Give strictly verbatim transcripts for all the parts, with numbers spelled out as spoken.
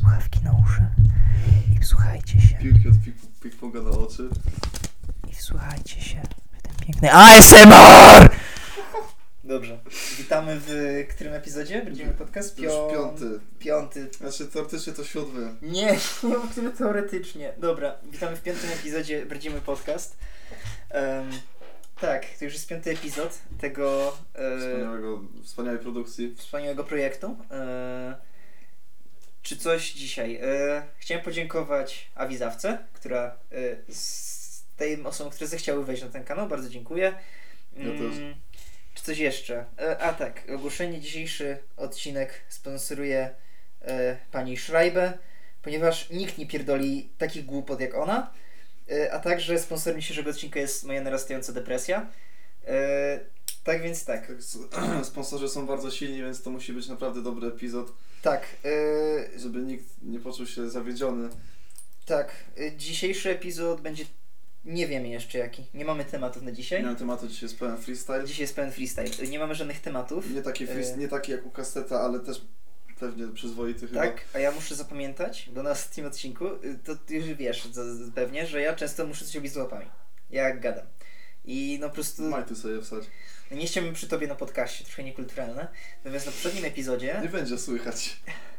słuchawki na uszy i wsłuchajcie się. Piłki od ping-ponga na oczy. I wsłuchajcie się w ten piękny A S M R! Dobrze. Witamy w którym epizodzie? Będziemy podcast? Już piąty. Piąty. Znaczy teoretycznie to siódmy. Nie, nie mówimy teoretycznie. Dobra, witamy w piątym epizodzie Brdzimy Podcast. Um, tak, to już jest piąty epizod tego e, Wspaniałego, wspaniałej produkcji. Wspaniałego projektu. E, czy coś dzisiaj? E, chciałem podziękować Awizawce, która e, z tej osobom, które zechciały wejść na ten kanał. Bardzo dziękuję. Ja też. Mm, Czy coś jeszcze? E, a tak, ogłoszenie. Dzisiejszy odcinek sponsoruje e, pani Schreiber, ponieważ nikt nie pierdoli takich głupot jak ona, e, a także sponsorem dzisiejszego odcinka jest moja narastająca depresja. E, tak więc tak. tak. Sponsorzy są bardzo silni, więc to musi być naprawdę dobry epizod. Tak. E, żeby nikt nie poczuł się zawiedziony. tak. E, dzisiejszy epizod będzie... Nie wiemy jeszcze jaki. Nie mamy tematów na dzisiaj. Nie mam tematu, dzisiaj jest pełen freestyle. Dzisiaj jest pełen freestyle. Nie mamy żadnych tematów. Nie taki, freestyle, nie taki jak u Kasteta, ale też pewnie przyzwoity chyba. Tak, a ja muszę zapamiętać, bo na ostatnim odcinku, to ty już wiesz z, z, pewnie, że ja często muszę coś robić z łapami. Jak gadam. I no po prostu... Majty sobie wstać. Nie chciałbym przy tobie na podcaście, trochę niekulturalne. Natomiast na poprzednim epizodzie... Nie będzie słychać.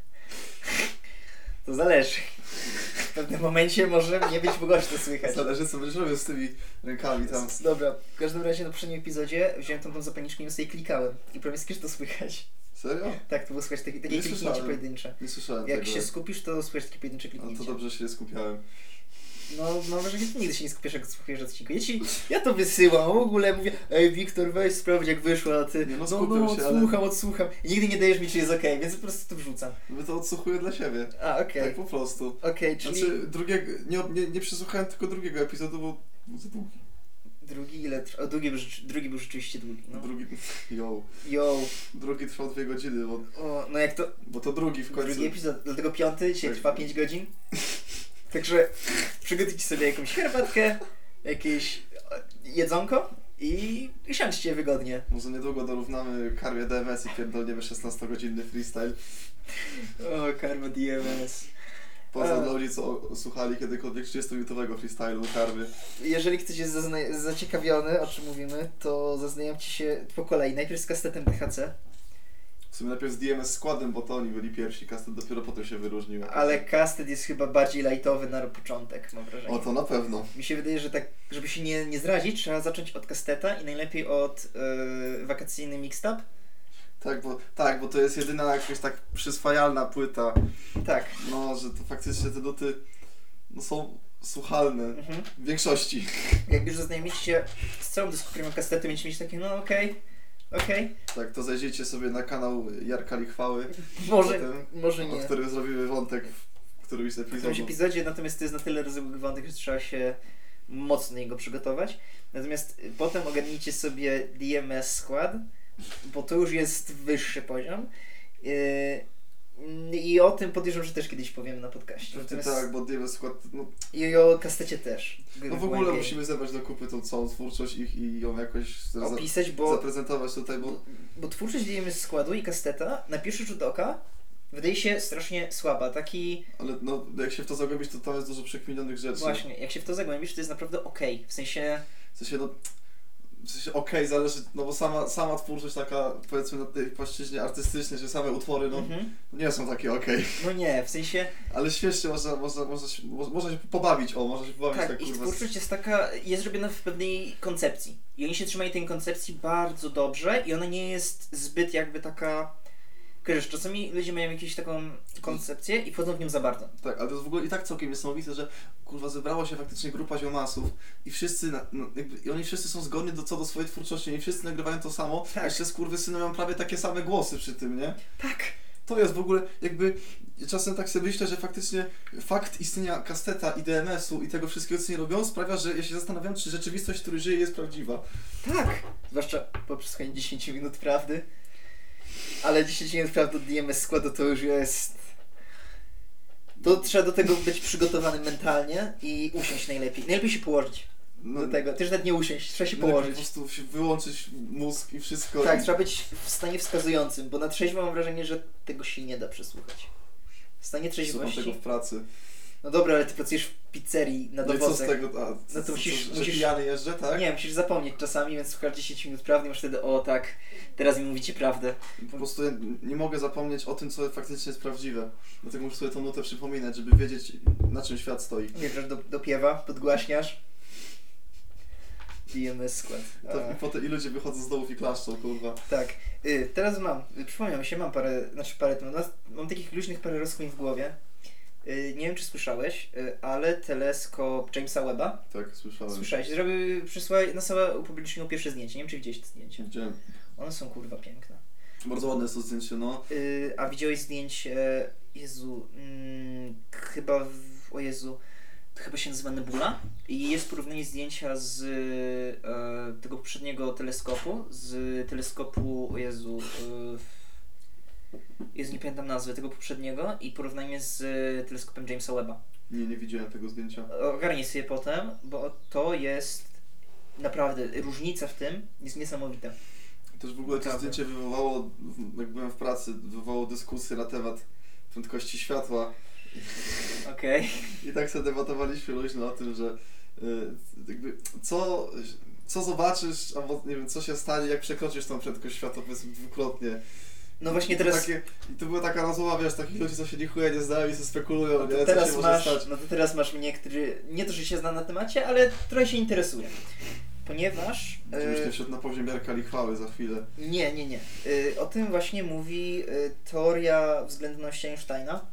To zależy. W pewnym momencie może nie być głośno słychać. Zależy co będziesz robił z tymi rękami tam. Dobra, w każdym razie na poprzednim epizodzie wziąłem tą, tą zapalniczkę i sobie klikałem. I prawie jest to słychać. Serio? Tak, to było słychać takie, takie kliknięcie pojedyncze. Nie słyszałem Jak tego. się skupisz, to słychać takie pojedyncze No kliknięcie. to dobrze, że się nie skupiałem. No, no może nigdy się nie skupiasz, jak słuchasz odcinku. Ja, ci, ja to wysyłam, w ogóle mówię, ej Wiktor, weź sprawdź jak wyszło, a ty, Nie, no, no, no się, odsłucham, ale... odsłucham. I nigdy nie dajesz mi, czy jest okej, okay, więc po prostu to wrzucam. No to odsłuchuję dla siebie. A, okej. Okay. Tak po prostu. Okej, okay, czyli... Znaczy, drugiego, nie, nie, nie przesłuchałem tylko drugiego epizodu, bo był za długi. Drugi ile trwał? Drugi był, drugi był rzeczywiście długi, no. Drugi, yo. Yo. Drugi trwał dwie godziny, bo... O, no jak to... Bo to drugi w końcu. Drugi epizod, dlatego piąty dzisiaj tak. Trwa pięć godzin. Także przygotujcie sobie jakąś herbatkę, jakieś jedzonko i siądźcie wygodnie. Może niedługo dorównamy karmie D M S i pierdolniemy szesnastogodzinny freestyle. O, karma D M S. Poza dla ludzi, co słuchali kiedykolwiek trzydziestominutowego freestylu karmy. Jeżeli ktoś jest zazna- zaciekawiony, o czym mówimy, to zaznajomcie się po kolei. Najpierw z kastetem D H C. W sumie najpierw z D M S składem, bo to oni byli pierwsi, kastet dopiero potem się wyróżnił. Ale kastet jest chyba bardziej lightowy na początek, mam wrażenie. O, to na pewno. Mi się wydaje, że tak, żeby się nie, nie zrazić, trzeba zacząć od kasteta i najlepiej od yy, wakacyjny mixtape. Tak, bo, tak, bo to jest jedyna jakaś tak przyswajalna płyta. Tak. No, że to faktycznie te nuty no, są słuchalne Mhm. w większości. Jak już zaznajomicie się z całą dyskografą kastetu, będziecie mieć takie, no okej, okay, okej. Okay. Tak, to zajrzyjcie sobie na kanał Jarka Lichwały. Może, potem, może nie. O którym zrobimy wątek w którymś W którymś epizodzie. epizodzie, natomiast to jest na tyle rozległy wątek, że trzeba się mocno niego przygotować. Natomiast potem ogarnijcie sobie D M S skład, bo to już jest wyższy poziom. Yy, I o tym podejrzewam, że też kiedyś powiemy na podcaście. Natomiast... Tak, bo D M S skład... No, I o kastecie też. no w ogóle musimy zebrać do kupy tą całą twórczość ich i ją jakoś opisać, za, bo, zaprezentować tutaj, bo... Bo twórczość D M S składu i kasteta na pierwszy rzut oka wydaje się strasznie słaba. Taki... Ale no, jak się w to zagłębić, to tam jest dużo przekminionych rzeczy. Właśnie, jak się w to zagłębisz, to jest naprawdę okej. Okay. W sensie... W sensie, no... W sensie okej, okay, zależy, no bo sama, sama twórczość taka, powiedzmy na tej płaszczyźnie artystycznej, że same utwory, no mm-hmm. nie są takie okej. Okay. No nie, w sensie... Ale świetnie można, można, można, się, można się pobawić, o, można się pobawić tak, tak, ich kurwa. twórczość jest taka, jest robiona w pewnej koncepcji. I oni się trzymają tej koncepcji bardzo dobrze i ona nie jest zbyt jakby taka... Kojarzysz, czasami ludzie mają jakąś taką koncepcję i wchodzą w nią za bardzo. Tak, ale to jest w ogóle i tak całkiem niesamowite, że kurwa zebrała się faktycznie grupa ziomasów i wszyscy, na, no, jakby, i oni wszyscy są zgodni do, co do swojej twórczości, oni wszyscy nagrywają to samo, tak. Jeszcze skurwysyny mają prawie takie same głosy przy tym, nie? Tak. To jest w ogóle jakby, czasem tak sobie myślę, że faktycznie fakt istnienia kasteta i D M S-u i tego wszystkiego, co nie robią, sprawia, że ja się zastanawiam, czy rzeczywistość, w której żyję, jest prawdziwa. Tak. Zwłaszcza po przesłuchaniu dziesięć minut prawdy. Ale dziesięć minut prawdy od D M S składu to już jest... To trzeba do tego być przygotowanym mentalnie i usiąść najlepiej. Najlepiej się położyć no, do tego. Też nawet nie usiąść, trzeba się położyć. Po prostu się wyłączyć mózg i wszystko. Tak, i... trzeba być w stanie wskazującym, bo na trzeźwo mam wrażenie, że tego się nie da przesłuchać. W stanie Słucham trzeźwości? tego w pracy. No dobra, ale ty pracujesz w pizzerii na No i co z dowozek. tego? A, No co, to co, musisz- co, że musisz- pijany jeżdżę, tak? Nie, musisz zapomnieć czasami, więc słuchasz dziesięć minut prawdy i masz wtedy, o tak, teraz mi mówicie prawdę. Po prostu ja nie mogę zapomnieć o tym, co faktycznie jest prawdziwe. Dlatego muszę sobie tą nutę przypominać, żeby wiedzieć, na czym świat stoi. Wjeżdżasz do, do piewa, podgłaśniasz. Pijemy skład. To, A, I potem i ludzie wychodzą z dołów i klaszczą, kurwa. tak, y, teraz mam, y, przypomniał mi się, mam parę, znaczy parę, mam, mam takich luźnych parę rozkmin w głowie. Y, nie wiem, czy słyszałeś, y, ale teleskop Jamesa Webba, Tak, słyszałem. słyszałeś, zrobił, przysłał, NASA upublicznił pierwsze zdjęcie, nie wiem, czy widziałeś te zdjęcie. Widziałem. One są kurwa piękne. Bardzo ładne jest to zdjęcie, no. Y, a widziałeś zdjęcie, Jezu, mm, chyba, w, o Jezu, to chyba się nazywa Nebula i jest porównanie zdjęcia z e, tego poprzedniego teleskopu, z teleskopu, o Jezu, e, Jezu, nie pamiętam nazwy, tego poprzedniego i porównanie z teleskopem Jamesa Webba. Nie, nie widziałem tego zdjęcia. Ogarnij sobie potem, bo to jest naprawdę, różnica w tym jest niesamowita. Też w ogóle to Prawda. zdjęcie wywołało, jak byłem w pracy, wywołało dyskusję na temat prędkości światła. Okej. I tak sobie debatowaliśmy luźno o tym, że y, jakby co, co zobaczysz, albo nie wiem, co się stanie, jak przekroczysz tą prędkość światła, powiedzmy dwukrotnie. No właśnie I to teraz... Takie, I to była taka rozmowa, wiesz, takich ludzi, co się nie chuje, nie znają i sobie spekulują, No nie? to, Co teraz się może masz, stać. no to teraz masz mnie, który nie to, że się zna na temacie, ale trochę się interesuje. Ponieważ... Żebyś e, nie wszedł na poziom lichwały za chwilę. Nie, nie, nie. Y, o tym właśnie mówi y, teoria względności Einsteina.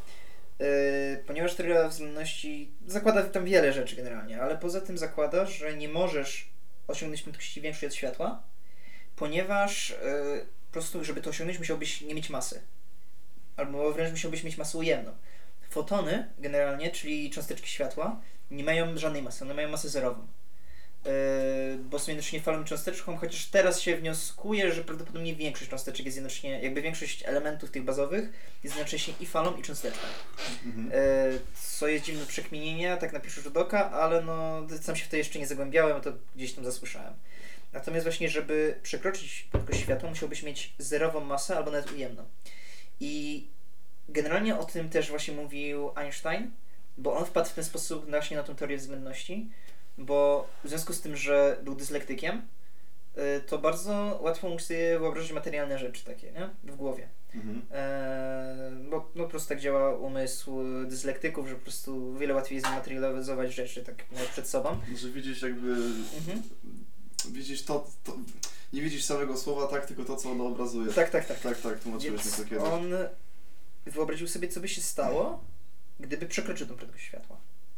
Y, ponieważ teoria względności zakłada tam wiele rzeczy generalnie, ale poza tym zakłada, że nie możesz osiągnąć prędkości większej od światła, ponieważ y, po prostu, żeby to osiągnąć, musiałbyś nie mieć masy. Albo wręcz musiałbyś mieć masę ujemną. Fotony generalnie, czyli cząsteczki światła, nie mają żadnej masy, one mają masę zerową. Yy, bo są jednocześnie falą i cząsteczką, chociaż teraz się wnioskuje, że prawdopodobnie większość cząsteczek jest jednocześnie, jakby większość elementów tych bazowych jest jednocześnie i falą i cząsteczką. Mhm. Yy, co jest dziwne przekminienie, tak na pierwszy rzut oka, ale no sam się w to jeszcze nie zagłębiałem, to gdzieś tam zasłyszałem. Natomiast właśnie, żeby przekroczyć prędkość światła, musiałbyś mieć zerową masę albo nawet ujemną. I generalnie o tym też właśnie mówił Einstein, bo on wpadł w ten sposób właśnie na tą teorię względności, bo w związku z tym, że był dyslektykiem, y, to bardzo łatwo mógł sobie wyobrazić materialne rzeczy takie, nie? W głowie. Mhm. Eee, bo no, po prostu tak działa umysł dyslektyków, że po prostu o wiele łatwiej jest zmaterializować rzeczy tak nawet przed sobą. Że widzisz jakby... Mhm. Widzisz to, to... Nie widzisz samego słowa, tak, tylko to, co ono obrazuje. Tak, tak, tak. Tak, tak, tłumaczyłeś mi Więc to kiedyś. on wyobraził sobie, co by się stało, gdyby przekroczył tą prędkość światła.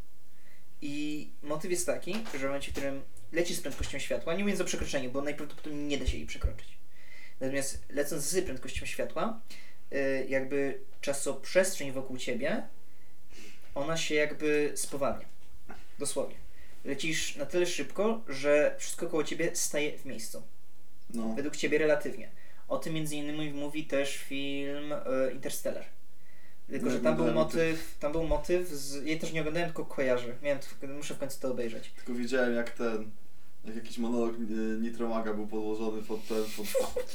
I motyw jest taki, że w momencie, w którym leci z prędkością światła, nie mówiąc o przekroczeniu, bo najprawdopodobniej nie da się jej przekroczyć. Natomiast lecąc z prędkością światła, yy, jakby czasoprzestrzeń wokół ciebie, ona się jakby spowalnia. Dosłownie. Lecisz na tyle szybko, że wszystko koło ciebie staje w miejscu. No. Według ciebie relatywnie. O tym między innymi mówi też film y, Interstellar. Tylko, Nie że tam był oglądałem motyw, tam był motyw, z, ja też nie oglądałem, tylko kojarzę. Miałem to, muszę w końcu to obejrzeć. Tylko widziałem jak ten, jak jakiś monolog y, Nitromaga był podłożony pod ten, pod,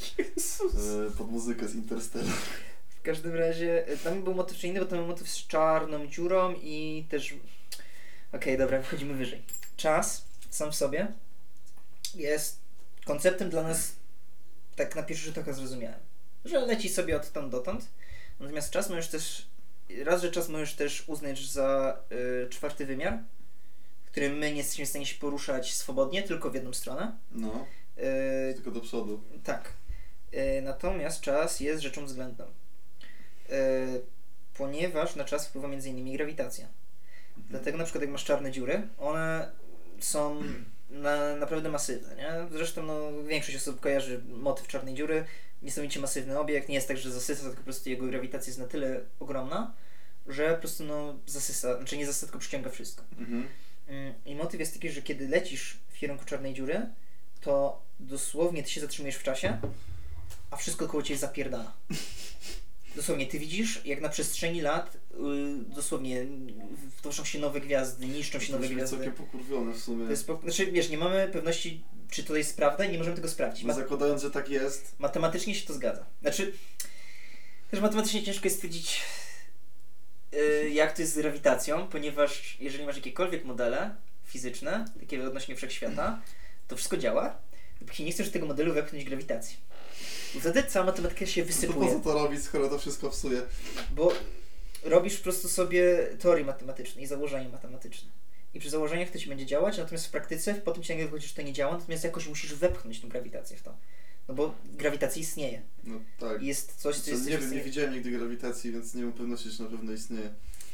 y, pod muzykę z Interstellar. W każdym razie, y, tam był motyw czy inny, bo tam był motyw z czarną dziurą i też... Okej, dobra, wchodzimy wyżej. Czas sam w sobie jest konceptem dla nas tak na pierwszy rzut oka zrozumiałym. Że leci sobie odtąd dotąd. Natomiast czas możesz też, raz, że czas możesz też uznać za y, czwarty wymiar, w którym my nie jesteśmy w stanie się poruszać swobodnie, tylko w jedną stronę. No, Y, tylko do przodu. tak. Y, natomiast czas jest rzeczą względną. Y, ponieważ na czas wpływa między innymi grawitacja. Mhm. Dlatego na przykład jak masz czarne dziury, one są na, naprawdę masywne, nie? Zresztą no, większość osób kojarzy motyw czarnej dziury. Niesamowicie masywny obiekt, nie jest tak, że zasysa, tylko po prostu jego grawitacja jest na tyle ogromna, że po prostu no, zasysa, znaczy nie zasysa, tylko przyciąga wszystko. Mhm. I motyw jest taki, że kiedy lecisz w kierunku czarnej dziury, to dosłownie ty się zatrzymujesz w czasie, a wszystko koło ciebie zapierdala. Dosłownie, ty widzisz, jak na przestrzeni lat yy, dosłownie tworzą się nowe gwiazdy, niszczą się nowe To gwiazdy. całkiem pokurwione w sumie. To jest, po, znaczy wiesz, nie mamy pewności, czy to jest prawda i nie możemy tego sprawdzić. Bo Ma, zakładając, że tak jest, matematycznie się to zgadza. Znaczy, też matematycznie ciężko jest stwierdzić, y, jak to jest z grawitacją, ponieważ jeżeli masz jakiekolwiek modele fizyczne, takie odnośnie wszechświata, to wszystko działa, dopóki nie chcesz do tego modelu wepchnąć grawitacji. Bo wtedy cała matematyka się To po wysypuje. co to robić, skoro to wszystko psuje? Bo robisz po prostu sobie teorie matematyczne i założenia matematyczne. I przy założeniach to ci będzie działać, natomiast w praktyce potem ci nagle wychodzi, że to nie działa, natomiast jakoś musisz wepchnąć tą grawitację w to. No bo grawitacja istnieje. No tak. I jest coś, co Co, jest... nie wiem, nie istnieje. widziałem nigdy grawitacji, więc nie mam pewności, że na pewno istnieje.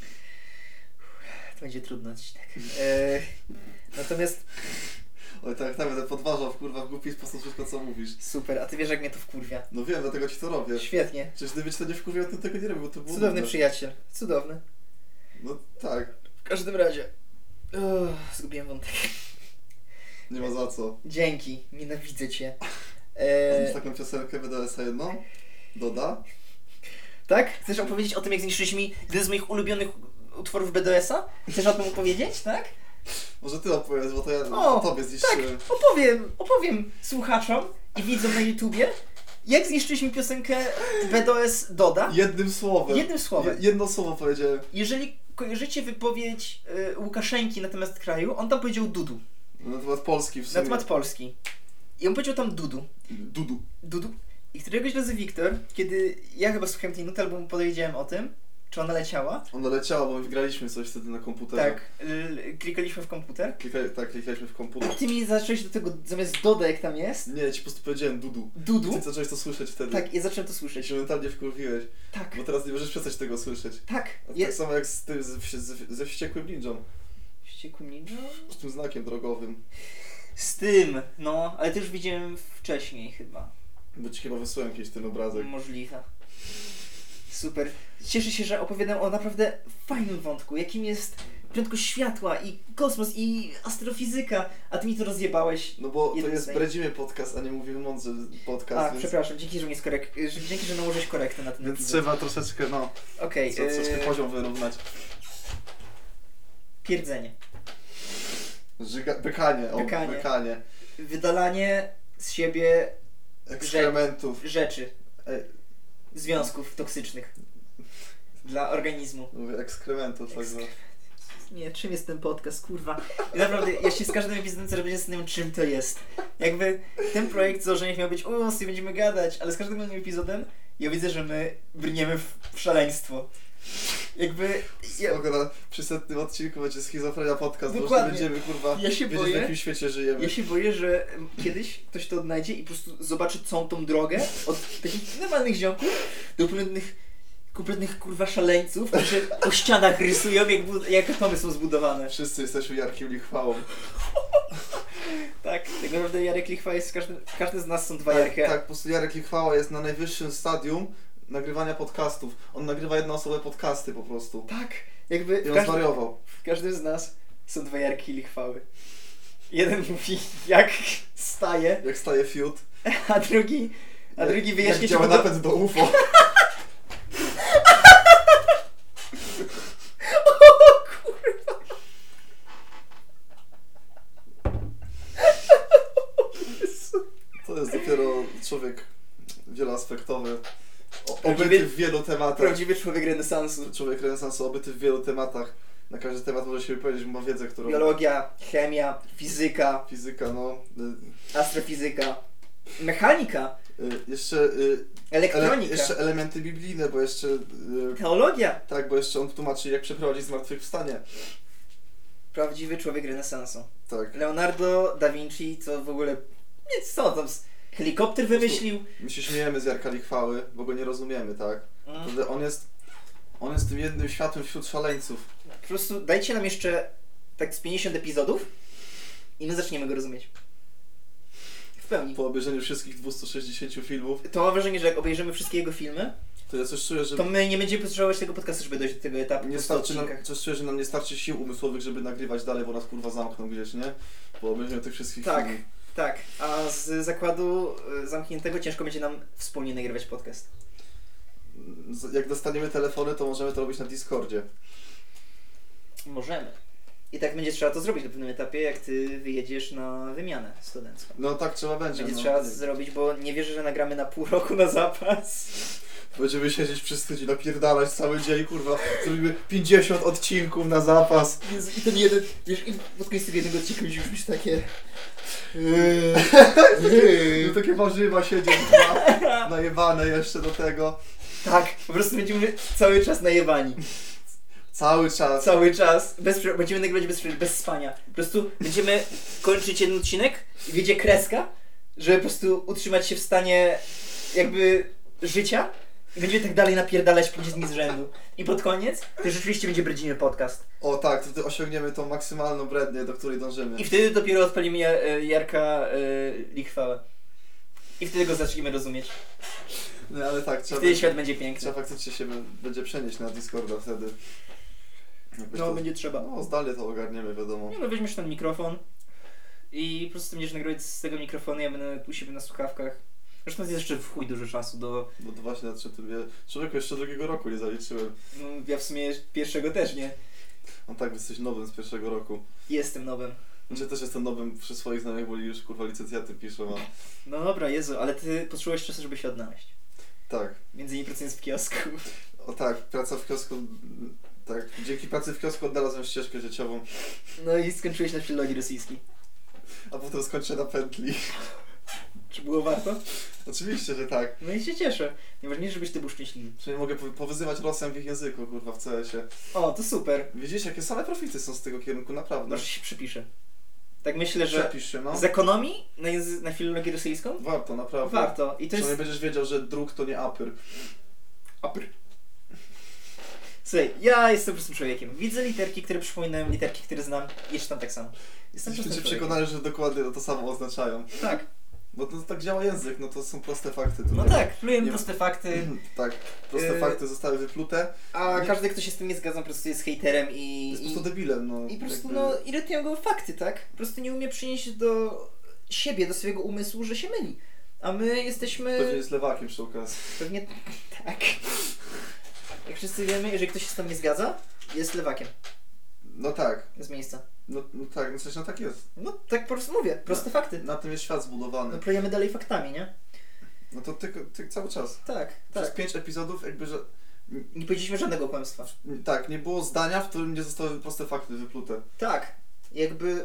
To będzie trudno odcinek. E, natomiast Oj tak, tak, będę podważał kurwa w głupi sposób wszystko co mówisz. super, a ty wiesz jak mnie to wkurwia. No wiem, dlatego ci to robię. Świetnie. Przecież gdyby ci to nie wkurwiał, to tego nie robił, bo to było Cudowny nudne. przyjaciel. Cudowny. No tak, W każdym razie. Uff, zgubiłem wątek. nie ma za co. Dzięki. Nienawidzę cię. A E, masz taką piosenkę B D S a jedną? Doda? tak? Chcesz opowiedzieć o tym, jak zniszczyłeś mi jeden z moich ulubionych utworów B D S a? Chcesz o tym opowiedzieć, tak? Może ty opowiedz, bo to ja O, o, tobie zniszczyłem. Opowiem, opowiem słuchaczom i widzom na YouTubie, jak zniszczyłeś mi piosenkę B D S Doda. Jednym słowem. Jednym słowem. Je, jedno słowo powiedziałem. Jeżeli kojarzycie wypowiedź y, Łukaszenki na temat kraju, on tam powiedział Dudu. Na temat Polski w Na sumie. temat Polski. I on powiedział tam Dudu. Dudu. Dudu. I któregoś razu Wiktor, kiedy ja chyba słuchałem tej nuty, albo mu powiedziałem o tym, czy ona leciała. Ona leciała, bo my graliśmy coś wtedy na komputerze. Tak. Y, klikaliśmy w komputer. Klika, tak, klikaliśmy w komputer. A ty mi zacząłeś do tego, zamiast Doda jak tam jest, Nie, ci po prostu powiedziałem Dudu. Dudu. Ty zacząłeś to słyszeć wtedy. Tak, ja zacząłem to I słyszeć. się mentalnie wkurwiłeś. Tak. Bo teraz nie możesz przestać tego słyszeć. Tak. A Je... tak samo jak z tym, ze, ze, ze wściekłym ninją. Wściekły ninja? Z tym znakiem drogowym. Z tym, no, ale to już widziałem wcześniej chyba. Bo ci chyba wysłałem kiedyś ten obrazek. Możliwe. Super. Cieszę się, że opowiadam o naprawdę fajnym wątku, jakim jest prędkość światła i kosmos i astrofizyka, a ty mi to rozjebałeś. No bo to Jeden jest z naj- bredzimy podcast, a nie mówimy mądrze podcast, A, więc, przepraszam, dzięki, że mnie skorek... że- dzięki, że nałożyłeś korektę na ten więc epizod. trzeba troszeczkę, no, Okej, co, troszeczkę yy, poziom wyrównać. pierdzenie. Żyga, bykanie, o, Bykanie. bykanie. Wydalanie z siebie Ekskrementów. rzeczy, Ej, związków toksycznych dla organizmu. mówię ekskrementów, tak no. Nie, czym jest ten podcast, kurwa? I naprawdę, ja się z każdym epizodem coraz bardziej zastanawiam, czym to jest. Jakby ten projekt założeniach miał być, o, sobie będziemy gadać, ale z każdym nowym epizodem ja widzę, że my brniemy w, w szaleństwo. Jakby... Ja, Spoko, na przy setnym odcinku będzie schizofrenia podcast, bo już nie Dokładnie. będziemy, kurwa, Ja się wiedzieć, boję- w jakim świecie żyjemy. ja się boję, że em, kiedyś ktoś to odnajdzie i po prostu zobaczy całą tą drogę od takich normalnych ziomków do kompletnych, kompletnych kurwa szaleńców, którzy po ścianach rysują, jak, bu- jak atomy są zbudowane. Wszyscy jesteśmy Jarkiem Lichwałą. Tak, tak naprawdę Jarek Lichwa jest, każdy, każdy z nas są dwa Tak, Jarki. tak, po prostu Jarek Lichwała jest na najwyższym stadium nagrywania podcastów. On nagrywa jednoosobowe podcasty po prostu. Tak, jakby I w, on każdy, zwariował. w każdym z nas są dwa Jarki Lichwały. Jeden mówi jak staje, Jak staje fiut. a drugi, a jak, drugi wyjaśnia jak działa ci, do- napęd do U F O. To jest dopiero człowiek wieloaspektowy. O, Prawdziwy- obyty w wielu tematach. prawdziwy człowiek renesansu. Człowiek renesansu obyty w wielu tematach. Na każdy temat może się wypowiedzieć, bo ma wiedzę, którą... Biologia, chemia, fizyka, Fizyka, no. astrofizyka, mechanika, Y, y, jeszcze, y, ele, elektronika, jeszcze elementy biblijne, bo jeszcze... Y, teologia. tak, bo jeszcze on tłumaczy, jak przeprowadzić zmartwychwstanie. Prawdziwy człowiek renesansu. Tak. Leonardo da Vinci, co w ogóle... Nie, co tam, z- helikopter wymyślił. My się śmiejemy z Jarka Lichwały, bo go nie rozumiemy, tak? Mm. Ale on jest... On jest tym jednym światłem wśród szaleńców. Po prostu dajcie nam jeszcze tak z pięćdziesiąt epizodów i my zaczniemy go rozumieć. W pełni. Po obejrzeniu wszystkich dwieście sześćdziesiąt filmów, To mam wrażenie, że jak obejrzymy wszystkie jego filmy, to ja coś czuję, że... to my nie będziemy potrzebować tego podcastu, żeby dojść do tego etapu Nie po stu starczy nam, odcinkach. coś czuję, że nam nie starczy sił umysłowych, żeby nagrywać dalej, bo nas kurwa zamkną gdzieś, nie? Po obejrzeniu tych wszystkich Tak. filmów. Tak, a z zakładu y, zamkniętego ciężko będzie nam wspólnie nagrywać podcast. Z- Jak dostaniemy telefony, to możemy to robić na Discordzie. Możemy. I tak będzie trzeba to zrobić na pewnym etapie, jak ty wyjedziesz na wymianę studencką. No tak trzeba będzie. Będzie no. trzeba zrobić, bo nie wierzę, że nagramy na pół roku na zapas. Będziemy siedzieć przy studiu, napierdalać cały dzień, kurwa. Zrobimy pięćdziesiąt odcinków na zapas. Jezu, i ten jeden, wiesz, i pod koniec tego jednego odcinka już być takie... No takie warzywa siedzieć dwa, najebane jeszcze do tego. Tak, po prostu będziemy cały czas najebani. Cały czas. Cały czas. Bez, prze- będziemy nagrywać bez, prze- bez spania. Po prostu będziemy kończyć jeden odcinek i wyjdzie kreska, żeby po prostu utrzymać się w stanie jakby życia i będziemy tak dalej napierdalać pięć dni z rzędu. I pod koniec to rzeczywiście będzie Bredzimy podcast. O tak, to wtedy osiągniemy tą maksymalną brednię, do której dążymy. I wtedy dopiero odpalimy ja, e, Jarka y, Lichwałę. I wtedy go zaczniemy rozumieć. No ale tak, I trzeba, wtedy świat będzie piękny. trzeba faktycznie się b- będzie przenieść na Discorda wtedy. Jakby No, to, będzie trzeba. No, zdalnie to ogarniemy, wiadomo. Nie no, weźmiesz ten mikrofon i po prostu będziesz nagrywać z tego mikrofonu, ja będę u siebie na słuchawkach. Zresztą jest jeszcze w chuj dużo czasu do... Bo to właśnie nadszedł, ja, człowieku, jeszcze drugiego roku nie zaliczyłem. No, ja w sumie pierwszego też nie. No tak, jesteś nowym z pierwszego roku. Jestem nowym. Znaczy też jestem nowym przy swoich znajomych, bo już kurwa licencjaty piszą, a... No dobra, Jezu, ale ty potrzebujesz czasu, żeby się odnaleźć. Tak. Między innymi pracując w kiosku. O tak, praca w kiosku... Tak, dzięki pracy w kiosku odnalazłem ścieżkę życiową. No i skończyłeś na filologii rosyjskiej. A potem skończę na pętli. Czy było warto? Oczywiście, że tak. No i się cieszę. Najważniejsze, żebyś ty był szczęśliwy. Czyli mogę po- powyzywać Rosjan w ich języku, kurwa, w C S-ie. O, to super. Widzisz, jakie same profity są z tego kierunku, naprawdę. Może się przypiszę. Tak myślę, że Przepisz się, no. z ekonomii na, języ- na filologię rosyjską Warto, naprawdę. warto. I to Przynajmniej jest... będziesz wiedział, że druk to nie apyr. Apr. Słuchaj, ja jestem prostym człowiekiem. Widzę literki, które przypominają literki, które znam i czytam tak samo. Jestem Jesteśmy prostym się człowiekiem. przekonali, że dokładnie to samo oznaczają. Tak, Bo to tak działa język, no to są proste fakty. To no nie- tak, plujemy nie- proste fakty, Tak, proste Yy, fakty zostały wyplute. a nie- każdy, kto się z tym nie zgadza, po prostu jest hejterem i... Jest po i... prostu debilem, no. I po prostu, jakby- no, irytują go fakty, tak? Po prostu nie umie przynieść do siebie, do swojego umysłu, że się myli. A my jesteśmy... Pewnie jest lewakiem przy okazji. Pewnie tak. Jak wszyscy wiemy, jeżeli ktoś się z tym nie zgadza, jest lewakiem No tak, z miejsca. no, no tak, no coś no tak jest. No tak po prostu mówię, proste fakty. Na tym jest świat No zbudowany. plujemy dalej faktami, nie? No to ty, ty cały czas. Tak, Przez tak. pięć epizodów jakby, że... Nie powiedzieliśmy żadnego kłamstwa. Tak, nie było zdania, w którym nie zostały proste fakty wyplute. Tak, jakby...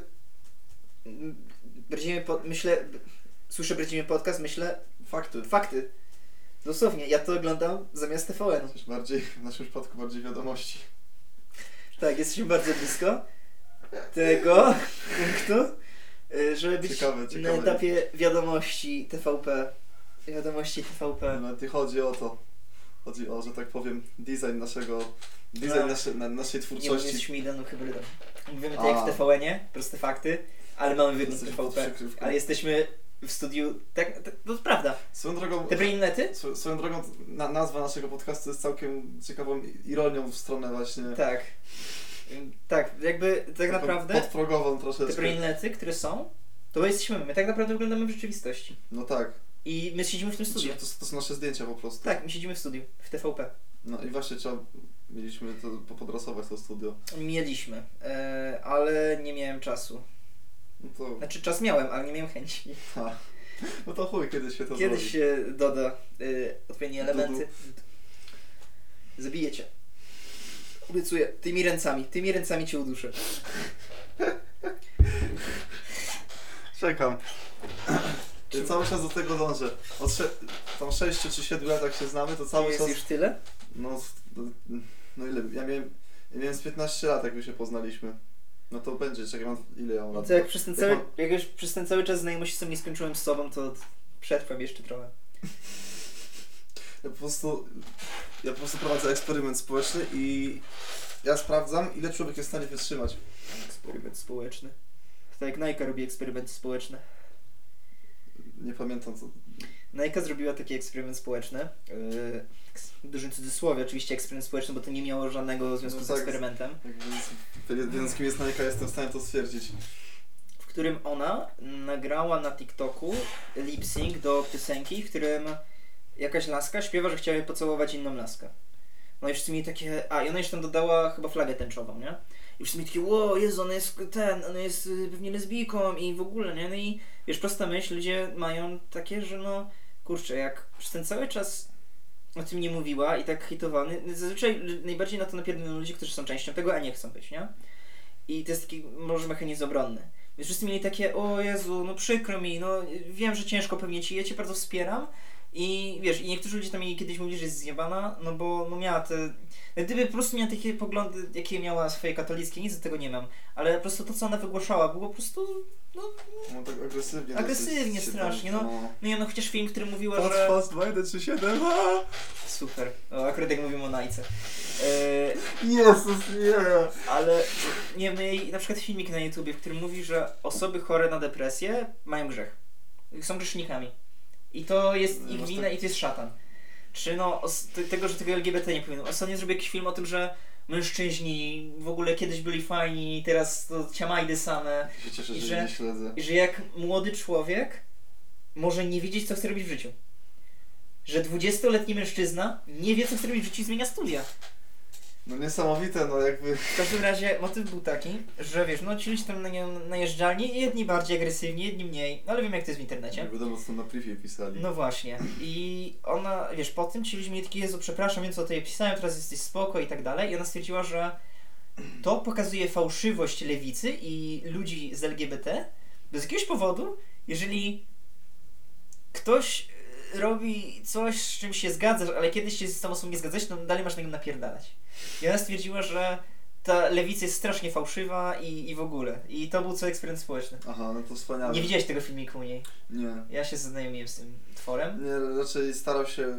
Bredzimy pod... myślę... Słyszę Bredzimy podcast, myślę... Fakty. Fakty. Dosłownie, ja to oglądam zamiast T V N. Coś bardziej, w naszym przypadku bardziej wiadomości. Tak, jesteśmy bardzo blisko tego punktu, y, żeby być Ciekawe, na ciekawe. etapie wiadomości T V P. Wiadomości T V P. No nie chodzi o to. Chodzi o, że tak powiem, design naszego, design Tak. nasze, na, naszej Nie, bo my twórczości. jesteśmy idealną hybrydą. Mówimy tak A. jak w T V N-ie, proste fakty, ale mamy wygląd Jesteśmy T V P. pod przykrywką. Ale jesteśmy w studiu, tak, tak to prawda. Swoją drogą, Te brainlety? sw- swoją drogą na, nazwa naszego podcastu jest całkiem ciekawą ironią w stronę właśnie Tak. Ym, Tak, jakby tak taką naprawdę podprogową te troszeczkę. brainlety, które są, to jesteśmy my. My tak naprawdę wyglądamy w rzeczywistości. No tak. I my siedzimy w tym studiu. To, to są nasze zdjęcia po prostu. Tak, my siedzimy w studiu, w T V P. No i właśnie trzeba, mieliśmy to popodrasować to studio. Mieliśmy, e, ale nie miałem czasu. No to, Znaczy czas miałem, ale nie miałem chęci. ha. No to chuj, kiedyś się to Kiedyś zrobi. się doda y, odpowiednie elementy. Zabiję cię. Obiecuję, tymi ręcami, tymi ręcami cię uduszę. Czekam. Ja cały czas do tego dążę. Od sze- tam sześciu czy siedmiu latach się znamy, to cały Jest czas... już tyle? No, no ile? Ja miałem, ja miałem z piętnaście lat, jak my się poznaliśmy. No to będzie, czekaj, mam, ile ja mam No lat? to jak przez ten Jak cały, mam- jak już przez ten cały czas znajomości sobie nie skończyłem z sobą, to przetrwam jeszcze trochę. Ja po prostu, ja po prostu prowadzę eksperyment społeczny i ja sprawdzam, ile człowiek jest w stanie wytrzymać. Eksperyment społeczny. Tak jak Nike robi eksperymenty społeczne. Nie pamiętam co. Nike zrobiła taki eksperyment społeczny. Yy, w dużym cudzysłowie oczywiście eksperyment społeczny, bo to nie miało żadnego związku No z tak. eksperymentem. Jakby, wiedząc kim jest Nike, jestem w stanie to stwierdzić. W którym ona nagrała na TikToku lip sync do piosenki, w którym jakaś laska śpiewa, że chciała pocałować inną laskę. No i wszyscy mieli takie, a i ona jeszcze tam dodała chyba flagę tęczową, nie? I wszyscy mieli takie, ło, Jezu, ona jest ten, ona jest y, pewnie lesbijką i w ogóle, nie? No i wiesz, prosta myśl, ludzie mają takie, że no, kurczę, jak przez ten cały czas o tym nie mówiła i tak hitowany, zazwyczaj najbardziej na to napierdolą ludzie, którzy są częścią tego, a nie chcą być, nie? I to jest taki może mechanizm obronny. Więc wszyscy mieli takie, o Jezu, no przykro mi, no wiem, że ciężko pewnie ci, ja cię bardzo wspieram. I wiesz, i niektórzy ludzie tam jej kiedyś mówili, że jest zjebana, no bo no miała te... Gdyby po prostu miała takie poglądy, jakie miała swoje katolickie, nic z tego nie mam. Ale po prostu to, co ona wygłaszała, było po prostu, no... No tak agresywnie. Agresywnie dosyć się strasznie, tam, no. No nie, no chociaż film, który mówiła, Fast, że... fast, dwa, jeden, trzy, siedem, a! Super. O, akurat jak mówimy o Najce. Yy, Jezus, nie! ale nie wiem, no jej na przykład filmik na YouTubie, w którym mówi, że osoby chore na depresję mają grzech. Są grzesznikami. I to jest No, ich masz wina tak- i to jest szatan. Czy no, os- te- tego, że tego L G B T nie powinno. Ostatnio zrobił jakiś film o tym, że mężczyźni w ogóle kiedyś byli fajni, teraz to ciamajdy same. się cieszę, I że, że- nie śledzę. I że jak młody człowiek może nie wiedzieć, co chce robić w życiu. Że dwudziestoletni mężczyzna nie wie, co chce robić w życiu i zmienia studia. No niesamowite, no jakby... W każdym razie motyw był taki, że wiesz, no ci ludzie tam na nią najeżdżalni, jedni bardziej agresywni, jedni mniej, no ale wiem jak to jest w internecie. Nie wiadomo, co na privie pisali. No właśnie. I ona, wiesz, po tym ci ludzie mieli taki, Jezu, przepraszam, więc o tej pisałem, teraz jesteś spoko i tak dalej. I ona stwierdziła, że to pokazuje fałszywość lewicy i ludzi z L G B T. Bez jakiegoś powodu, jeżeli ktoś y, robi coś, z czym się zgadzasz, ale kiedyś się z tą osobą nie zgadzać, to dalej masz na nim napierdalać. I ona stwierdziła, że ta lewica jest strasznie fałszywa i, i w ogóle. I to był cały eksperyment społeczny. Aha, no to wspaniale. Nie widziałeś tego filmiku u niej. Nie. Ja się zaznajomiłem z tym tworem. Nie, raczej starał się...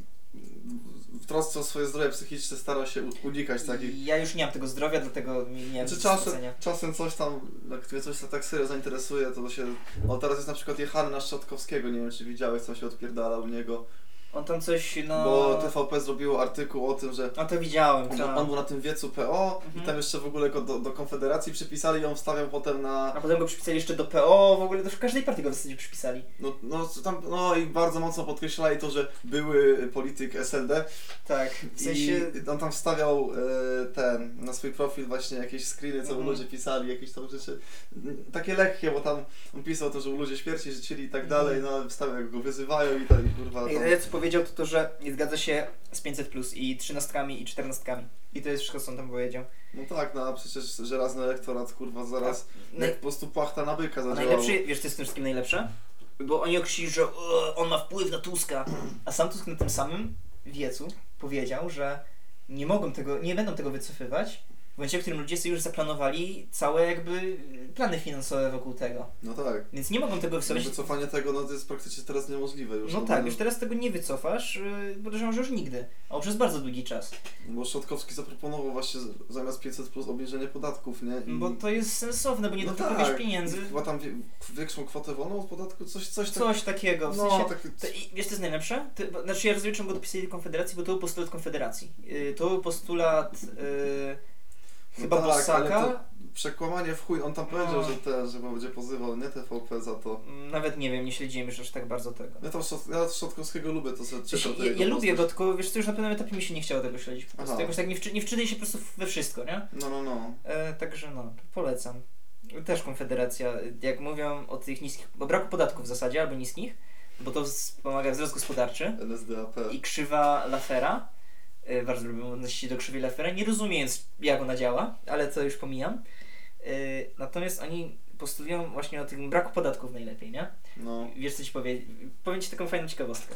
W trosce o swoje zdrowie psychiczne starał się u- unikać takich... I ja już nie mam tego zdrowia, dlatego nie nie mam Czy nic czasem, stracenia. czasem coś tam, jak mnie coś tak serio zainteresuje, to się... O, teraz jest na przykład Jehana Szczotkowskiego, nie wiem czy widziałeś, co się odpierdala u niego. On tam coś, no... Bo T V P zrobiło artykuł o tym, że No to widziałem, on, tak. on był na tym wiecu P O Mhm. i tam jeszcze w ogóle go do, do Konfederacji przypisali i on wstawiał potem na... A potem go przypisali jeszcze do P O, w ogóle to w każdej partii go w zasadzie przypisali. No, no, tam, no i bardzo mocno podkreślali to, że były polityk S L D Tak, w sensie... i on tam wstawiał e, ten, na swój profil właśnie jakieś screeny, co Mhm. ludzie pisali, jakieś tam rzeczy, n- takie lekkie, bo tam on pisał to, że ludzie śmierci życzyli i tak dalej, no ale wstawiał jak go wyzywają i tak i kurwa tam... Jedyne co powiedział to to, że nie zgadza się z pięćset plus i trzynastkami i czternastkami. I to jest wszystko, co on tam powiedział. No tak, no a przecież żelazny elektorat kurwa zaraz No, jak po prostu płachta na byka a zadziałał. najlepsze, wiesz co jest w tym wszystkim najlepsze? Bo oni określili, że "O, on ma wpływ na Tuska", a sam Tusk na tym samym wiecu powiedział, że nie mogą tego, nie będą tego wycofywać w momencie, w którym ludzie sobie już zaplanowali całe jakby plany finansowe wokół tego. No tak. Więc nie mogą tego No, wycofać. wycofanie tego no, to jest praktycznie teraz niemożliwe już. No bo tak, no- już teraz tego nie wycofasz, yy, podejrzewam, że już nigdy. A przez bardzo długi czas. Bo Szotkowski zaproponował właśnie z- zamiast pięćset plus obniżenie podatków, nie? I... Bo to jest sensowne, bo nie no dodrukujesz tak, pieniędzy. Chyba tam wie, większą kwotę wolną od podatku, coś, coś, tak- Coś takiego. W No, sensie, tak, to, i, wiesz co jest najlepsze? To, bo, znaczy ja rozumiem, czemu go dopisali do Konfederacji, bo to był postulat Konfederacji. Yy, to był postulat yy, no chyba tak, ale Bosaka. to przekłamanie w chuj, on tam powiedział, No. że te, że będzie pozywał, nie T V P za to. Mm, Nawet nie wiem, nie śledziłem już aż tak bardzo tego. Ja tam Szot- ja Szotkowskiego lubię, to sobie W sensie, czytam. ja, ja lubię go, tylko wiesz co, już na pewnym etapie mi się nie chciało tego śledzić. Po prostu Aha. jakoś tak nie, wczy, nie wczytuję się po prostu we wszystko, nie? No, no, no. E, także no, polecam. Też Konfederacja, jak mówią o tych niskich, o braku podatków w zasadzie, albo niskich, bo to wspomaga wzrost gospodarczy N S D A P. i krzywa Laffera, e, bardzo lubię odnosić się do krzywej Laffera, nie rozumiejąc jak ona działa, ale to już pomijam. E, natomiast oni postulują właśnie o tym braku podatków najlepiej, nie? No. Wiesz co ci powie? Powiem ci taką fajną ciekawostkę.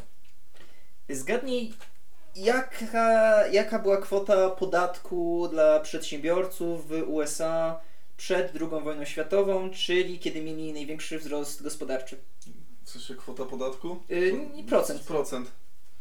Zgadnij, jaka, jaka była kwota podatku dla przedsiębiorców w U S A przed drugą wojną światową, czyli kiedy mieli największy wzrost gospodarczy? W sensie kwota podatku? Yy, nie, procent. Procent.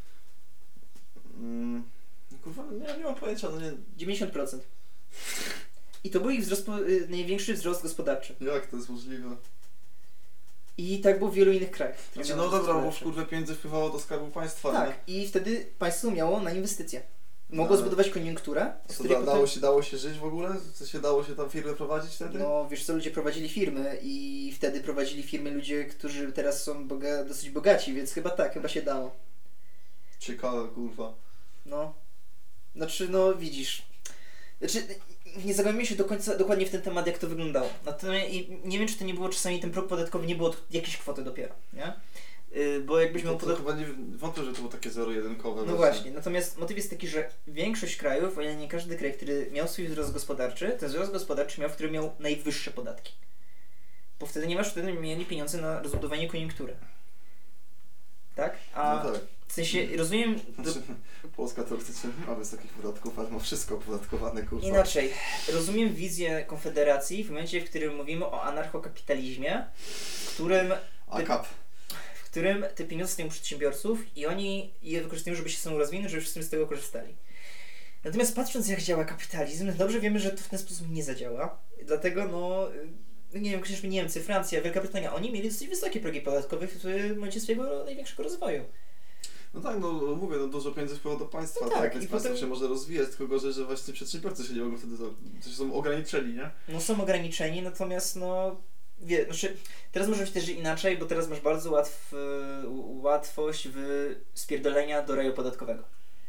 Mm, kurwa, nie, nie mam pojęcia, no nie. dziewięćdziesiąt procent. I to był ich wzrost, po- yy, największy wzrost gospodarczy. Jak to jest możliwe? I tak było w wielu innych krajach. które Znaczy, miały no dobra, bo w gospodarczy. kurwę pieniędzy wpływało do skarbu państwa, nie? Tak, i wtedy państwo miało na inwestycje. Mogło No. zbudować koniunkturę, A z co, której da, potem... dało, się, dało się żyć w ogóle? Co się dało się tam firmę prowadzić wtedy? No wiesz co, ludzie prowadzili firmy i wtedy prowadzili firmy ludzie, którzy teraz są boga, dosyć bogaci, więc chyba tak, chyba się dało. Ciekawe, kurwa. No. Znaczy, no widzisz. Znaczy, nie zagłębiamy się do końca dokładnie w ten temat, jak to wyglądało. Natomiast i nie wiem, czy to nie było czasami ten próg podatkowy nie było od jakiejś kwoty dopiero, nie? Yy, bo jakbyś miał to, to podat... chyba nie wątpię, że to było takie zero-jedynkowe. No właśnie, natomiast motyw jest taki, że większość krajów, o ile nie każdy kraj, który miał swój wzrost gospodarczy, ten wzrost gospodarczy miał, w którym miał najwyższe podatki. Bo wtedy nie masz, wtedy mieli pieniądze na rozbudowanie koniunktury. Tak? A No tak. w sensie, rozumiem... Do... Znaczy, Polska teoretycznie nie ma wysokich podatków, ale ma wszystko opodatkowane, kurwa. Inaczej, rozumiem wizję Konfederacji w momencie, w którym mówimy o anarchokapitalizmie, w którym... A kap. w którym te pieniądze są u przedsiębiorców i oni je wykorzystują, żeby się samą rozwinąć, żeby wszyscy z tego korzystali. Natomiast patrząc, jak działa kapitalizm, dobrze wiemy, że to w ten sposób nie zadziała. Dlatego, no, nie wiem, chociażby Niemcy, Francja, Wielka Brytania, oni mieli dosyć wysokie progi podatkowe w momencie swojego największego rozwoju. No tak, no mówię, no dużo pieniędzy wpływa do państwa, No tak, tak, więc i państwo potem- się może rozwijać, tylko gorzej, że właśnie przedsiębiorcy się nie mogą wtedy, za... coś są ograniczeni, nie? No są ograniczeni, natomiast no wie, znaczy teraz może być też inaczej, bo teraz masz bardzo łatw, łatwość w spierdolenia do raju podatkowego.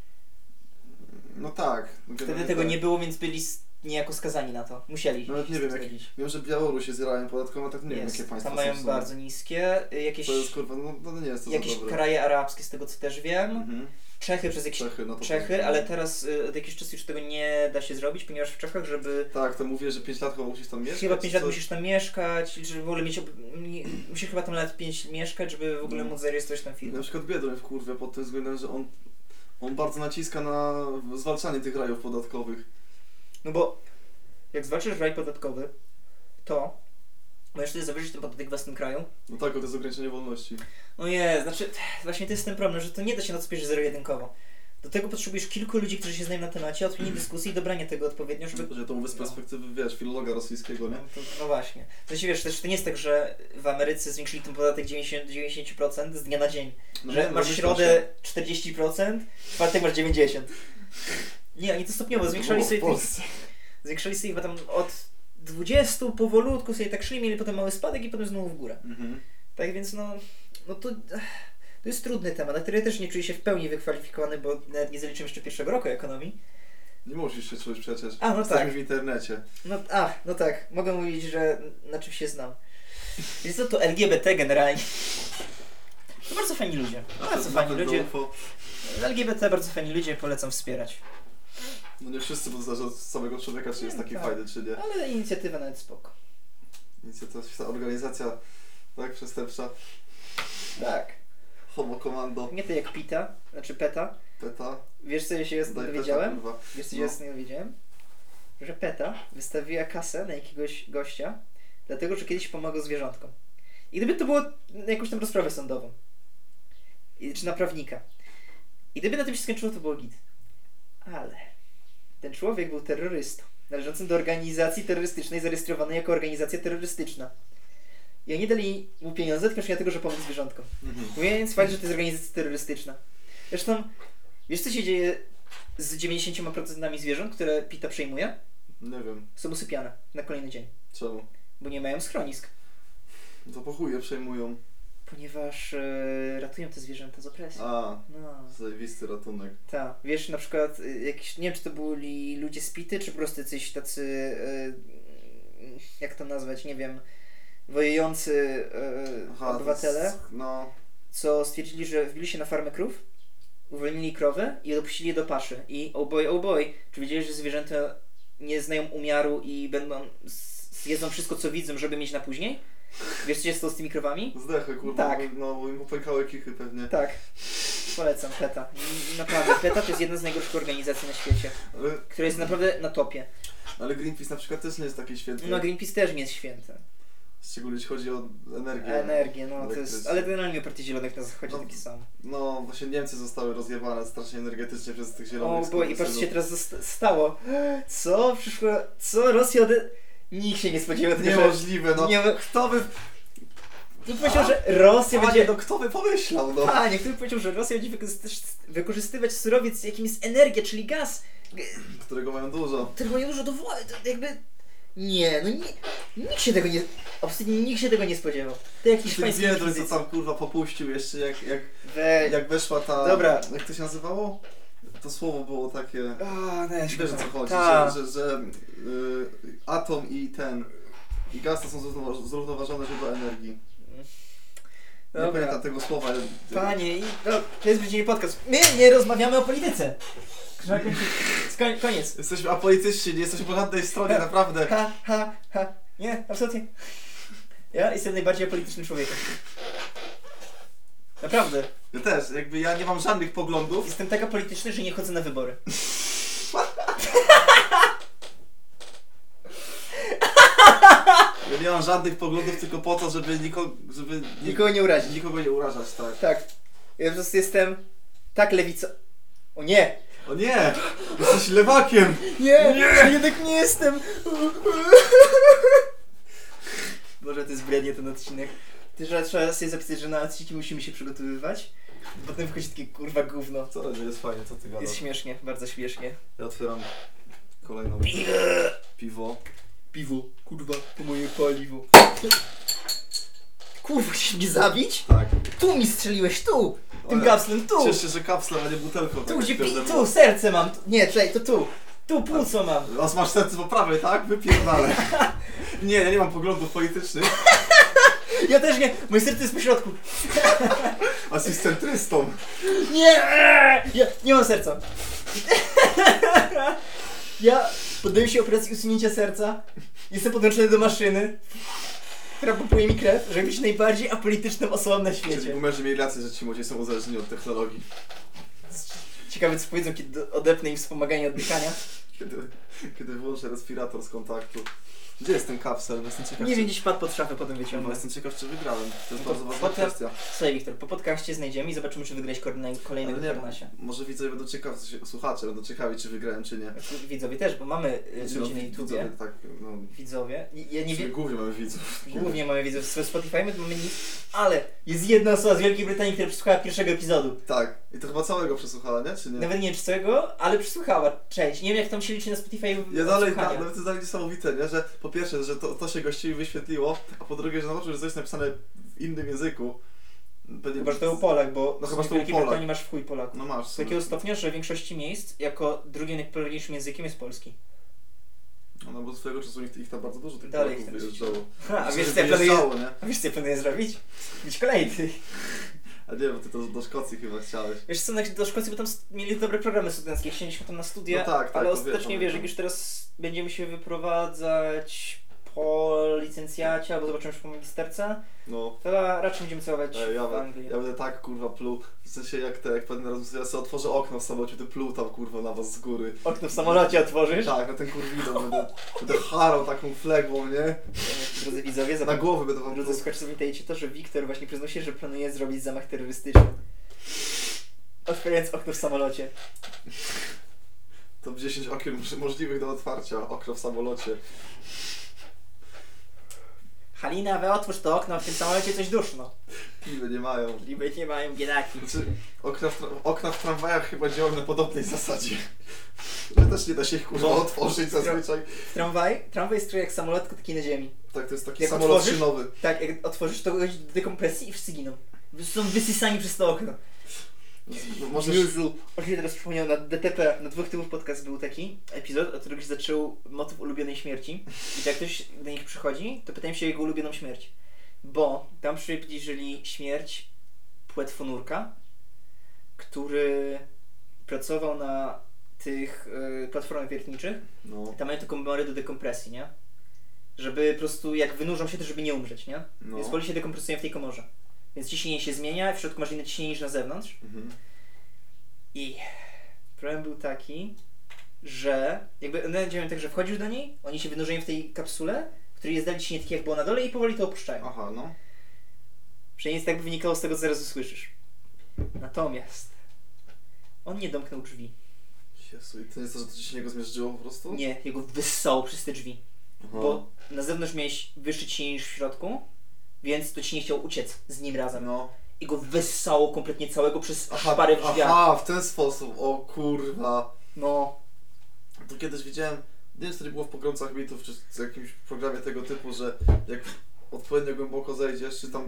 No tak. No Wtedy generalnie tego tak. nie było, więc byli s- niejako skazani na to. Musieli Nawet się nie z wiem, tym jak, zgodzić. wiem, że Białoruś jest rajem podatkowym, a tak nie wiem, Jest. jakie państwa Tam mają są. bardzo niskie, y, jakieś, To jest kurwa, no, no nie jest to jakieś za dobre. kraje arabskie, z tego co też wiem. Mhm. Czechy przez jakieś Czechy, no to Czechy, tak. ale teraz y, od jakiegoś czasu już tego nie da się zrobić, ponieważ w Czechach, żeby Tak, to mówię, że pięć lat chyba musisz tam mieszkać. chyba pięć lat co- musisz tam mieszkać, żeby w ogóle mieć, ob... nie- musisz chyba tam lat pięć mieszkać, żeby w ogóle No. móc zarejestrować tam firmę. Na przykład Biedroń w kurwie pod tym względem, że on, on bardzo naciska na zwalczanie tych rajów podatkowych. No bo jak zwalczysz raj podatkowy, to możesz wtedy zawyżyć ten podatek w własnym kraju. No tak, to jest ograniczenie wolności. No nie, znaczy właśnie to jest ten problem, że to nie da się na to spojrzeć zero-jedynkowo. Do tego potrzebujesz kilku ludzi, którzy się znają na temacie, odpowiedniej dyskusji i dobrania tego odpowiednio, żeby... Że to mówię z perspektywy, wiesz, filologa rosyjskiego, nie? No, to, no właśnie. W sensie wiesz, też to nie jest tak, że w Ameryce zwiększyli ten podatek dziewięćdziesiąt do dziewięćdziesięciu procent z dnia na dzień. No, Że no, masz w myślę, środę czterdzieści procent, w czwartek masz dziewięćdziesiąt procent. Nie, oni to stopniowo zwiększali To sobie... było w tych- Polsce. Zwiększali sobie chyba tam od dwudziestu powolutku sobie tak szli, mieli potem mały spadek i potem znowu w górę. Mhm. Tak więc no, no to, to jest trudny temat, na który ja też nie czuję się w pełni wykwalifikowany, bo nawet nie zaliczyłem jeszcze pierwszego roku ekonomii. Nie musisz się czuć przecież. A, no Jesteśmy tak. w internecie. No, a, no tak, mogę mówić, że na czym się znam. Więc co to L G B T generalnie? To bardzo fajni ludzie, bardzo fajni ludzie. Info. L G B T bardzo fajni ludzie, polecam wspierać. No nie wszyscy, bo to zależy od samego człowieka, czy jest No taki tak. fajny, czy nie. Ale inicjatywa nawet spoko. Inicjatywa, ta organizacja, tak, przestępcza, Tak. Homo Commando, Nie to jak Pita, znaczy Peta. PETA, Wiesz co ja się daj dowiedziałem? PETA, kurwa. Wiesz co No. ja z tego wiedziałem? Że PETA wystawiła kasę na jakiegoś gościa, dlatego że kiedyś pomagał zwierzątkom. I gdyby to było na jakąś tam rozprawę sądową, I, czy na prawnika, i gdyby na tym się skończyło, to było git. Ale ten człowiek był terrorystą, należącym do organizacji terrorystycznej, zarejestrowanej jako organizacja terrorystyczna. I oni dali mu pieniądze tylko dlatego, że pomógł zwierzątkom. Mhm. Mówiąc fakt, że to jest organizacja terrorystyczna. Zresztą, wiesz co się dzieje z dziewięćdziesięcioma procentami zwierząt, które PITA przejmuje? Nie wiem, Są usypiane na kolejny dzień, czemu. bo nie mają schronisk. To po chuje przejmują. Ponieważ e, ratują te zwierzęta z opresji. A, No, zajebisty ratunek. tak. Wiesz, na przykład, e, jakiś, nie wiem, czy to byli ludzie z PITy, czy po prostu jacyś tacy, e, jak to nazwać, nie wiem, wojujący e, Aha, to obywatele, jest- No, co stwierdzili, że wbili się na farmę krów, uwolnili krowy i dopuścili je do paszy. I oh boy, oh boy, czy wiedziałeś, że zwierzęta nie znają umiaru i będą zjedzą wszystko, co widzą, żeby mieć na później? Wiesz, co się stało z tymi krowami? zdechę, kurwa, Tak. bo, no bo im popękały kichy pewnie. Tak. Polecam PETA. I naprawdę, PETA to jest jedna z najgorszych organizacji na świecie, Ale, która jest naprawdę na topie. ale Greenpeace na przykład też nie jest taki święty. No Greenpeace też nie jest święte. Szczególnie jeśli chodzi o energię. Energię, no to jest... elektryczną. Ale generalnie Partii Zielonych na zachodzie No, taki sam. No, właśnie Niemcy zostały rozjebane strasznie energetycznie przez tych zielonych. O, bo i patrz co się skurwysynów. teraz zosta- stało. Co? Przyszło... Co? Rosja ode... Nikt się nie spodziewał tego, że... Niemożliwe, no. Nie, Kto by... Nikt powiedział, że Rosja Panie, będzie... no kto by pomyślał, no. A, niektóry powiedział, że Rosja będzie wykorzystywać, wykorzystywać surowiec, jakim jest energia, czyli gaz, g- Którego mają dużo. którego mają dużo do wody, to jakby... Nie, no nie, nikt się tego nie... Absolutnie nikt się tego nie spodziewał. To jakiś Tych szpański biedry, co fizycy. tam kurwa popuścił jeszcze jak, jak, Weź. jak weszła ta... Dobra. Jak to się nazywało? to słowo było takie... A, nie, Wiesz o co chodzi, Ta. że, że, że y, atom i ten i gaz to są zrównowa- zrównoważone źródła energii. Nie Dobra. pamiętam tego słowa. ale- Panie, i, no, to jest będzie podcast. My nie rozmawiamy o polityce. Koń- Koniec. Jesteśmy apolityczni, nie jesteśmy po żadnej stronie, naprawdę. Ha, ha, ha. Nie, absolutnie. Ja jestem najbardziej apolitycznym człowiekiem. Naprawdę. Ja też, jakby ja nie mam żadnych poglądów. Jestem tak apolityczny, że nie chodzę na wybory. Ja nie mam żadnych poglądów tylko po to, żeby nikogo, żeby ni- Nikogo nie urazić. nikogo nie urażać, tak. Tak. Ja po prostu jestem tak lewico... O nie! O nie! Jesteś lewakiem! Nie! Nie! Jednak nie jestem! Boże, to jest brednie ten odcinek. Też że trzeba sobie zapisać, że na odcinki musimy się przygotowywać. Potem wchodzi takie kurwa gówno. Co, że jest fajnie, co ty gadasz? Jest śmiesznie, bardzo śmiesznie. Ja otwieram kolejną piwo. Piwo, kurwa, to moje paliwo. Kurwa, chcesz mnie zabić? Tak. Tu mi strzeliłeś, tu! Tym Ale kapslem, tu! Cieszę się, że kapslem, a nie butelką. Tu, tak gdzie jak pi... pierdolę. Tu, serce mam. Tu. Nie, czekaj, to tu. Tu płuco mam. Raz masz serce po prawej, tak? Wypierdalaj. Nie, ja nie mam poglądów politycznych. Ja też nie. Moje serce jest po środku. A jesteś centrystą. Nie! Ja nie mam serca. Ja poddaję się operacji usunięcia serca. Jestem podłączony do maszyny, która pompuje mi krew, żeby być najbardziej apolityczną osobą na Czyli świecie. boomerzy mieli rację, że ci młodzi są uzależnieni od technologii. Ciekawe co powiedzą, kiedy odepnę im wspomaganie oddychania. Kiedy, kiedy wyłączę respirator z kontaktu. Gdzie jest ten kapsel? Bo Jestem ciekaw, Nie czy... wiem, gdzieś padł pod szafę, potem Bo wyciągnę. Jestem ciekaw, czy wygrałem. To jest No to bardzo ważna potem- kwestia. Słuchaj Wiktor, po podcaście znajdziemy i zobaczymy, czy wygrałeś kolejne- kolejnego Ale nie, karnasia. może widzowie będą ciekawi, słuchacze będą ciekawi, czy wygrałem, czy nie. Widzowie też, bo mamy y, Znaczy, ludzi na no, YouTubie. widzowie, tak, no. Widzowie. I- Ja nie Czyli wiem. głównie mamy widzów. Głównie mamy widzów w Spotify, my tu mamy nic, ale jest jedna osoba z Wielkiej Brytanii, która przesłuchała pierwszego epizodu. Tak. I to chyba całego przesłuchała, nie? Czy nie? Nawet nie wiem czy całego, ale przesłuchała. Cześć. Nie wiem jak tam się liczy na Spotify. Ja dalej, na, odsłuchania. nawet to jest dalej niesamowite, nie? Że po pierwsze, że to, to się gościowi wyświetliło, a po drugie, że zobaczył, że coś jest napisane w innym języku. Pewnie... Chyba, że to był Polak, bo No w chyba, że to był Wielkiej Polak. Brytanii masz w chuj Polaków. No masz. Z sobie. takiego stopnia, że w większości miejsc jako drugim najpopularniejszym językiem jest polski. No, no bo swojego czasu ich, ich tam bardzo dużo tych Dalej Polaków chcę wyjeżdżało. Ha, a Myślę, wiesz że co ja planuję, wyjeżdżało, nie? a wiesz co ja planuję zrobić? Być kolejny. A nie, bo ty to do Szkocji chyba chciałeś. Wiesz co, na- do Szkocji, bo tam st- mieli dobre programy studenckie, chcieliśmy tam na studia, No tak, tak, ale to ostatecznie wiem, wiesz, pamiętam. jak już teraz będziemy się wyprowadzać po licencjacie albo zobaczymy już po magisterce, No. to raczej będziemy celować Ej, ja, w Anglii. ja będę tak kurwa pluł, w sensie jak te, jak pewien raz ja sobie otworzę okno w samolocie, to pluł tam kurwa na was z góry. Okno w samolocie otworzysz. Tak, na ten kurwidon będę, będę harał taką fległą, nie? Drodzy widzowie, Na zobacz, głowę będę wam drodzy pluł. słuchacze, zapamiętajcie to, że Wiktor właśnie przyznał się, że planuje zrobić zamach terrorystyczny. Otwierając okno w samolocie. To dziesięć okien moż- możliwych do otwarcia, okno w samolocie. Halina, we otwórz to okno, w tym samolocie coś duszno. Piły nie mają. Liby nie mają biedaki. Znaczy, okna w, tra- okna w tramwajach chyba działają na podobnej zasadzie. Że też nie da się ich kurwa No. otworzyć zazwyczaj. Tramwaj, tramwaj jest trochę jak samolot, tylko taki na ziemi. Tak, to jest taki Jak samolot otworzysz? szynowy. Tak, jak otworzysz, to chodzi do dekompresji i wszyscy giną. Są wysysani przez to okno. Możesz... Jezu. Oczywiście teraz przypomniał, na D T P, na dwóch tyłów podcast był taki epizod, od którego się zaczął motyw ulubionej śmierci. I jak ktoś do nich przychodzi, to pytają się o jego ulubioną śmierć. Bo tam przybliżyli śmierć płetwonurka, który pracował na tych y, platformach wiertniczych. No, Tam mają taką memorię do dekompresji, nie? Żeby po prostu jak wynurzą się, to żeby nie umrzeć, nie? no. Więc powoli się dekompresują w tej komorze. Więc ciśnienie się zmienia, w środku masz inne ciśnienie niż na zewnątrz. Mhm. I problem był taki, że jakby one działają tak, że wchodzisz do niej, oni się wynurzają w tej kapsule, w której jest dalej ciśnienie takie jak było na dole i powoli to opuszczają. Aha, no. Przynajmniej tak by wynikało z tego, co zaraz usłyszysz. Natomiast on nie domknął drzwi. Jezu, i to nie jest to, że to ciśnienie go zmierzyło po prostu? Nie, jego wyssało przez te drzwi. Aha. Bo na zewnątrz miałeś wyższe ciśnienie niż w środku, więc to ci nie chciał uciec z nim razem. No. I go wyssało kompletnie całego przez Aha, szparę w drzwiach. aha, w ten sposób, o kurwa. No, To kiedyś widziałem, nie wiem czy to nie było w Pogromcach Mitów, czy w jakimś programie tego typu, że jak odpowiednio głęboko zejdziesz, czy tam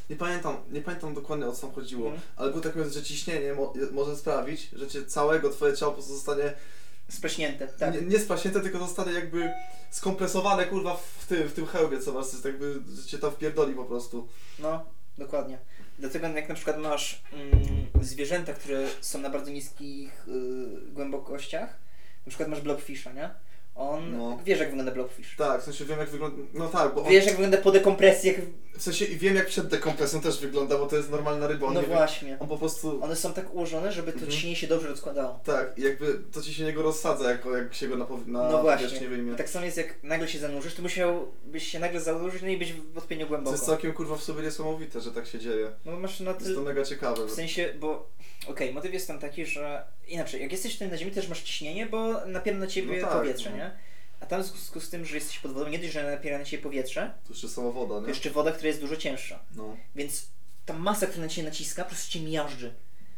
nie pamiętam, nie pamiętam dokładnie o co tam chodziło, Mhm. ale był taki moment, że ciśnienie mo może sprawić, że cię całego twoje ciało po prostu zostanie Spreśnięte, tak. nie, nie spaśnięte, tylko zostanie jakby skompresowane kurwa w tym, w tym hełmie, co masz, jest jakby, że cię tam wpierdoli po prostu. No, dokładnie. Dlatego jak na przykład masz mm, zwierzęta, które są na bardzo niskich y, głębokościach, na przykład masz blobfisha, nie? On, No. wiesz jak wygląda blobfish. Tak, w sensie wiem jak wygląda, no tak, bo on, Wiesz jak wygląda po dekompresji, jak... w sensie i wiem jak przed dekompresją też wygląda, bo to jest normalna ryba, on No nie właśnie. Wie, on po prostu, One są tak ułożone, żeby to Mhm. ciśnienie się dobrze rozkładało. tak, i jakby to ci się niego rozsadza, jako jak się go na, powi- na No właśnie. powierzchnię wyjmie. Tak samo jest jak nagle się zanurzysz, to musiałbyś się nagle zanurzyć, no i być w odpieniu To głęboko. jest całkiem kurwa w sobie niesamowite, że tak się dzieje. No bo masz na Jest to tyle... mega ciekawe. W sensie, bo... Okej, motyw jest tam taki, że... Inaczej, jak jesteś tutaj na ziemi, też masz ciśnienie, bo napiera na ciebie No tak, powietrze, no. nie? A tam w związku z tym, że jesteś pod wodą, nie dość, że napiera na ciebie powietrze, Tu jeszcze sama woda, to nie? jeszcze woda, która jest dużo cięższa. No. Więc ta masa, która na ciebie naciska, po prostu cię miażdży.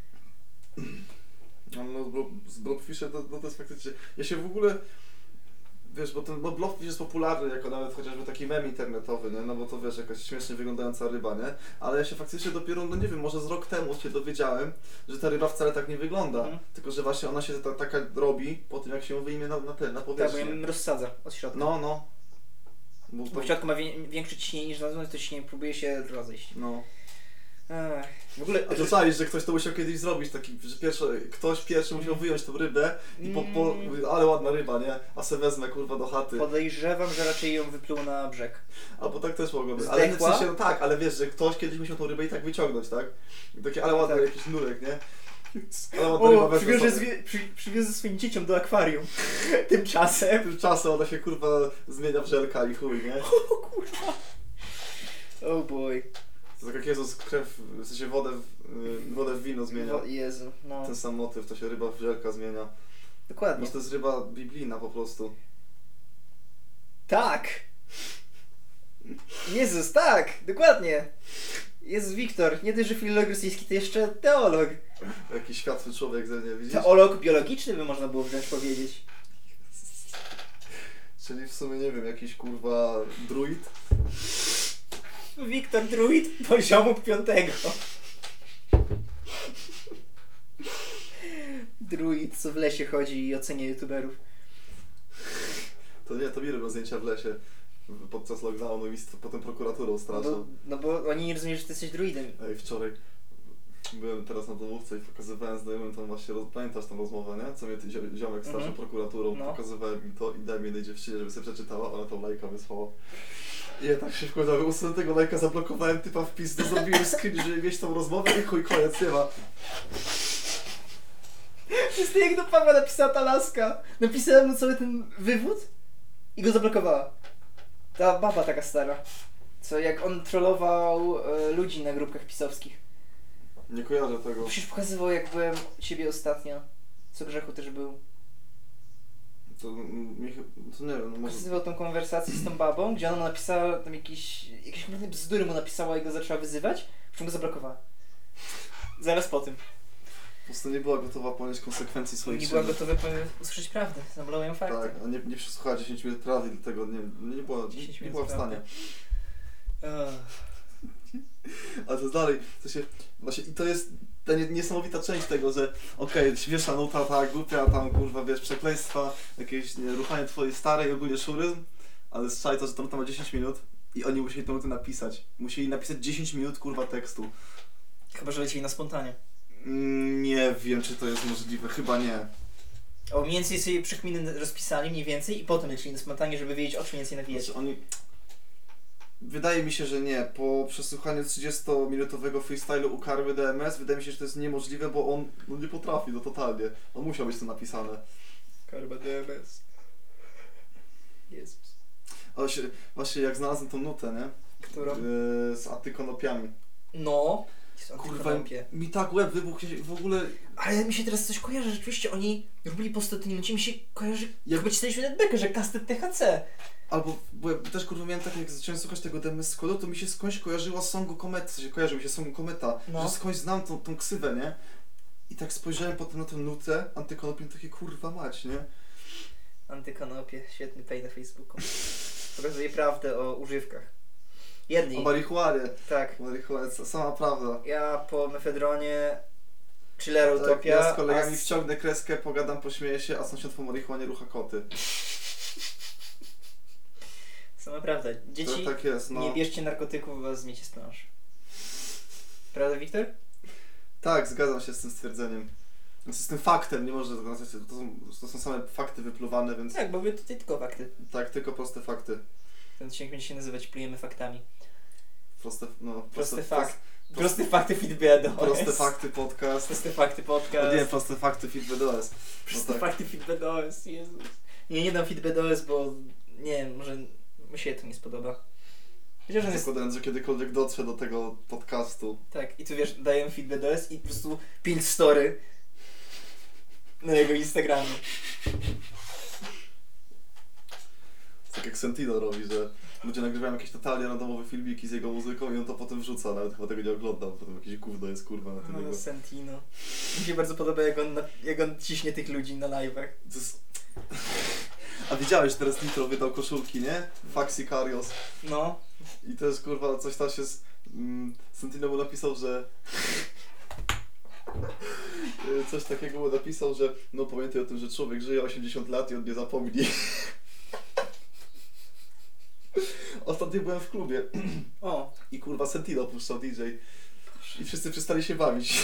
No, no z blo- z Blobfishem to, no to jest faktycznie... Ja się w ogóle... Wiesz, bo ten bo Blobfish jest popularny jako nawet chociażby taki mem internetowy, nie? No bo to wiesz, jakaś śmiesznie wyglądająca ryba, nie? Ale ja się faktycznie dopiero, no nie wiem, może z rok temu się dowiedziałem, że ta ryba wcale tak nie wygląda. Mhm. Tylko, że właśnie ona się ta, taka robi po tym, jak się ją wyjmie na, na, ten, na Tak, bo powierzchnię. ją rozsadza od środka. No, no. Bo, Bo w środku ma wie, większe ciśnienie niż na zewnątrz, to ciśnienie próbuje się rozejść. No. Ech, w ogóle... A to czaisz, że ktoś to musiał kiedyś zrobić, taki, że pierwszy, ktoś pierwszy musiał wyjąć tą rybę i po, po Mm. mówię, ale ładna ryba, nie? A se wezmę kurwa do chaty. Podejrzewam, że raczej ją wypluł na brzeg. Albo tak też mogło być. Ale w Zdechła? sensie, no tak, ale wiesz, że ktoś kiedyś musiał tą rybę i tak wyciągnąć, tak? I takie, ale ładny Tak. jakiś nurek, nie? Ale ładna ryba O, wezmę przywiozę, sobie. zwie, przy, przywiozę swoim dzieciom do akwarium. Tymczasem... Tymczasem ona się kurwa zmienia w żelka i chuj, nie? O kurwa. Oh boy. To tak jak Jezus krew, w sensie wodę w, y, wodę w wino zmienia. O Jezu, no. Ten sam motyw, to się ryba w żelka zmienia. Dokładnie. No to jest ryba biblijna po prostu. Tak! Jezus, tak! Dokładnie! Jezus Wiktor, nie dość, że filolog rosyjski, to jeszcze teolog. Jakiś światły człowiek ze mnie, widzisz? Teolog biologiczny by można było wręcz powiedzieć. Czyli w sumie nie wiem, jakiś kurwa druid. Wiktor Druid poziomu piątego. Druid, co w lesie chodzi i ocenia youtuberów. To nie, to mi robią zdjęcia w lesie podczas lockdownu i st- potem prokuraturą No straszą. bo, no bo oni nie rozumieją, że ty jesteś druidem. Ej, wczoraj byłem teraz na domówce i pokazywałem znajomym tą właśnie, roz... pamiętasz tą rozmowę, nie? Co mnie ty zio- ziomek starszy Mhm. prokuraturą, No. pokazywałem im to i dałem jednej dziewczynie, żeby sobie przeczytała, ona tą lajka wysłała. I ja tak się wkładałem, usunąłem tego lajka, zablokowałem typa w pizdu, zrobiłem screen, żeby mieć tą rozmowę i chuj, koniec, nie ma. Jest to jak do Pawła napisała ta laska. Napisałem mu cały ten wywód i go zablokowała. Ta baba taka stara. Co jak on trollował e, ludzi na grupkach pisowskich. Nie kojarzę tego. Przecież pokazywał jak byłem u ciebie ostatnio. Co grzechu też był. To, mm, mi, chy- to nie wiem, no może... Pokazywał tą konwersację z tą babą, gdzie ona napisała tam jakieś... Jakieś kompletne bzdury mu napisała i go zaczęła wyzywać. Po czym go zablokowała. Zaraz po tym. Po prostu nie była gotowa ponieść konsekwencji swoich Nie była czynów. gotowa po- usłyszeć prawdy. Zabolał ją fakty. Tak, a nie, nie przesłuchała dziesięć minut prawdy, dlatego nie, nie, była, nie, dziesięć nie minut była w stanie. prawdy. Ale to jest dalej, to się, właśnie i to jest ta nie- niesamowita część tego, że okej, śmieszna nuta, ta głupia, tam kurwa, wiesz, przekleństwa, jakieś nie, ruchanie twojej starej, ogólnie szuryzm, ale strzaj to, że ta nuta ma dziesięć minut i oni musieli tę nutę napisać. Musieli napisać dziesięć minut, kurwa, tekstu. Chyba, że lecieli na spontanie. Mm, nie wiem, czy to jest możliwe, chyba nie. O, mniej więcej sobie przekminy rozpisali, mniej więcej, i potem lecieli na spontanie, żeby wiedzieć, o czym więcej nawijać. Znaczy oni... Wydaje mi się, że nie. Po przesłuchaniu trzydziestominutowego freestylu u Karły D M S wydaje mi się, że to jest niemożliwe, bo on no, nie potrafi, no totalnie. On musiał być to napisane. Karma D M S. Jezus. Ale się, właśnie jak znalazłem tą nutę, nie? Którą? Yy, z antykonopiami. No. Kurwa, mi tak łeb wybuchł się w ogóle... Ale mi się teraz coś kojarzy, rzeczywiście oni robili po sto minucie, mi się kojarzy, Jak- jakby czytaliśmy Netbeckę, że kastet T H C. Albo, bo ja też kurwa miałem tak, jak zacząłem słuchać tego D M S kodu, to mi się skądś kojarzyła Songu Kometa, w sensie kojarzy mi się Songu Kometa, No. że skądś znam tą, tą ksywę, nie? I tak spojrzałem potem na tę nutę, antykonopię, takie kurwa mać, nie? Antykonopie, świetny pej na Facebooku. Pokazuje prawdę o używkach. Jedni. O marihuanie. Tak. Marihuanie, sama prawda. Ja po mefedronie, chillera Tak, utopia. ja z kolegami a z- wciągnę kreskę, pogadam, pośmieję się, a sąsiad po marihuanie rucha koty. Sama prawda. Dzieci, To tak jest, no. nie bierzcie narkotyków, bo was zmiecie z planszy. Prawda, Wiktor? Tak, zgadzam się z tym stwierdzeniem. Znaczy z tym faktem, nie można tego nazwać, to są, to są same fakty wypluwane, więc Tak, bo wy tutaj tylko fakty. tak, tylko proste fakty. Ten odcinek będzie się nazywać Plujemy faktami. Proste, no, Proste proste, fakt. Proste fakty fit B D O S. proste fakty podcast. Proste fakty podcast. No nie, proste fakty fit B D O S. No Proste tak. fakty fit B D O S, Jezus. Nie, nie dam fit B D O S, bo nie wiem, może mi się to nie spodoba. Chociaż on jest... Zakładając, że kiedykolwiek dotrze do tego podcastu. Tak, i tu wiesz, daję fit B D O S i po prostu pięć story na jego Instagramie. Tak jak Sentino robi, że ludzie nagrywają jakieś totalnie randomowe filmiki z jego muzyką i on to potem wrzuca, nawet chyba tego nie oglądam, potem jakieś gówno jest kurwa na tym No, jego... Santino. Mi się bardzo podoba, jak on, na, jak on ciśnie tych ludzi na live'ach. To jest... A widziałeś, teraz Nitro wydał koszulki, nie? Faxi Karios. No. I też kurwa coś tam się z... Mm, Sentino mu napisał, że... Coś takiego mu napisał, że no pamiętaj o tym, że człowiek żyje osiemdziesiąt lat i on nie zapomni. Ostatnio byłem w klubie O. i kurwa Sentino puszczał D J i wszyscy przestali się bawić.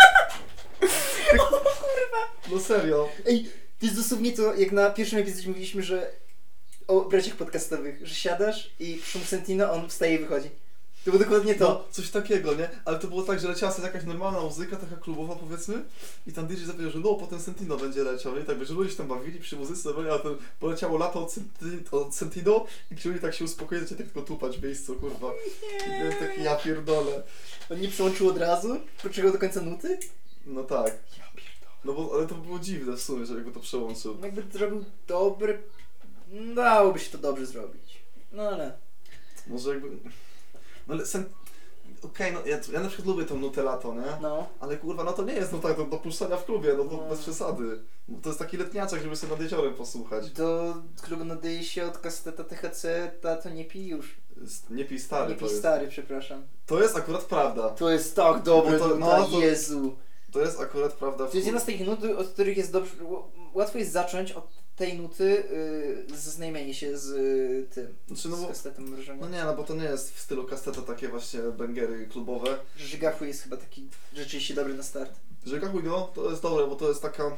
Tak, no serio. Ej, to jest dosłownie to, jak na pierwszym epizodzie mówiliśmy, że o braciach podcastowych, że siadasz i szum Sentino, on wstaje i wychodzi. To było dokładnie to. No, coś takiego, nie? Ale to było tak, że leciała sobie jakaś normalna muzyka, taka klubowa powiedzmy i tam D J zapowiedział, że no, potem Sentino będzie leciał, nie? Tak, że ludzie się tam bawili przy muzyce, a to poleciało lato od, Senti- od Sentino i ci ludzie tak się uspokoili, że tak tylko tupać w miejscu, kurwa. I byłem taki, ja pierdolę. On nie przełączył od razu? Poczekał do końca nuty? No tak. Ja pierdolę. No bo, ale to było dziwne w sumie, że jakby to przełączył. Jakby zrobił dobry... Dałoby się to dobrze zrobić. No ale... Może jakby... No ale sen... Okej, okay, no ja, ja na przykład lubię tą nutę lato, nie? No. Ale kurwa, no to nie jest nuta do, do puszczania w klubie, no to No. bez przesady. Bo to jest taki letniaczek, żeby sobie nad jeziorem posłuchać. Do klubu nadaje się od kasteta T H C, ta to nie pij już. Jest- Nie pij stary, nie to pij jest. stary, przepraszam. To jest akurat prawda. To jest tak dobre, Bo to- to, no, to- Jezu. To jest akurat prawda. w To jest jedna z chuj. takich nut, od których jest dobrze... ł- Łatwo jest zacząć od tej nuty yy, zaznajomienie się z y, tym, Znaczy, no z bo... kastetem wrażenia. No nie, no bo to nie jest w stylu kasteta takie właśnie bangery klubowe. Żygachu jest chyba taki rzeczywiście dobry na start. Że chuj, no, to jest dobre, bo to jest taka...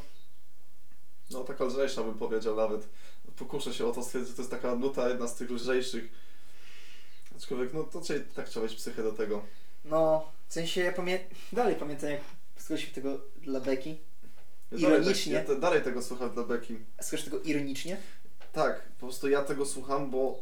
No taka lżejsza bym powiedział nawet. Pokuszę się o to stwierdzić, że to jest taka nuta jedna z tych lżejszych. Aczkolwiek, no to trzeba, tak trzeba mieć psychę do tego. No, w sensie ja pamię... dalej pamiętam jak słuchaliśmy tego dla Beki. Ja Ironicznie. Dalej, ja te, dalej tego słucham dla Beki. Słuchasz tego ironicznie? Tak, po prostu ja tego słucham, bo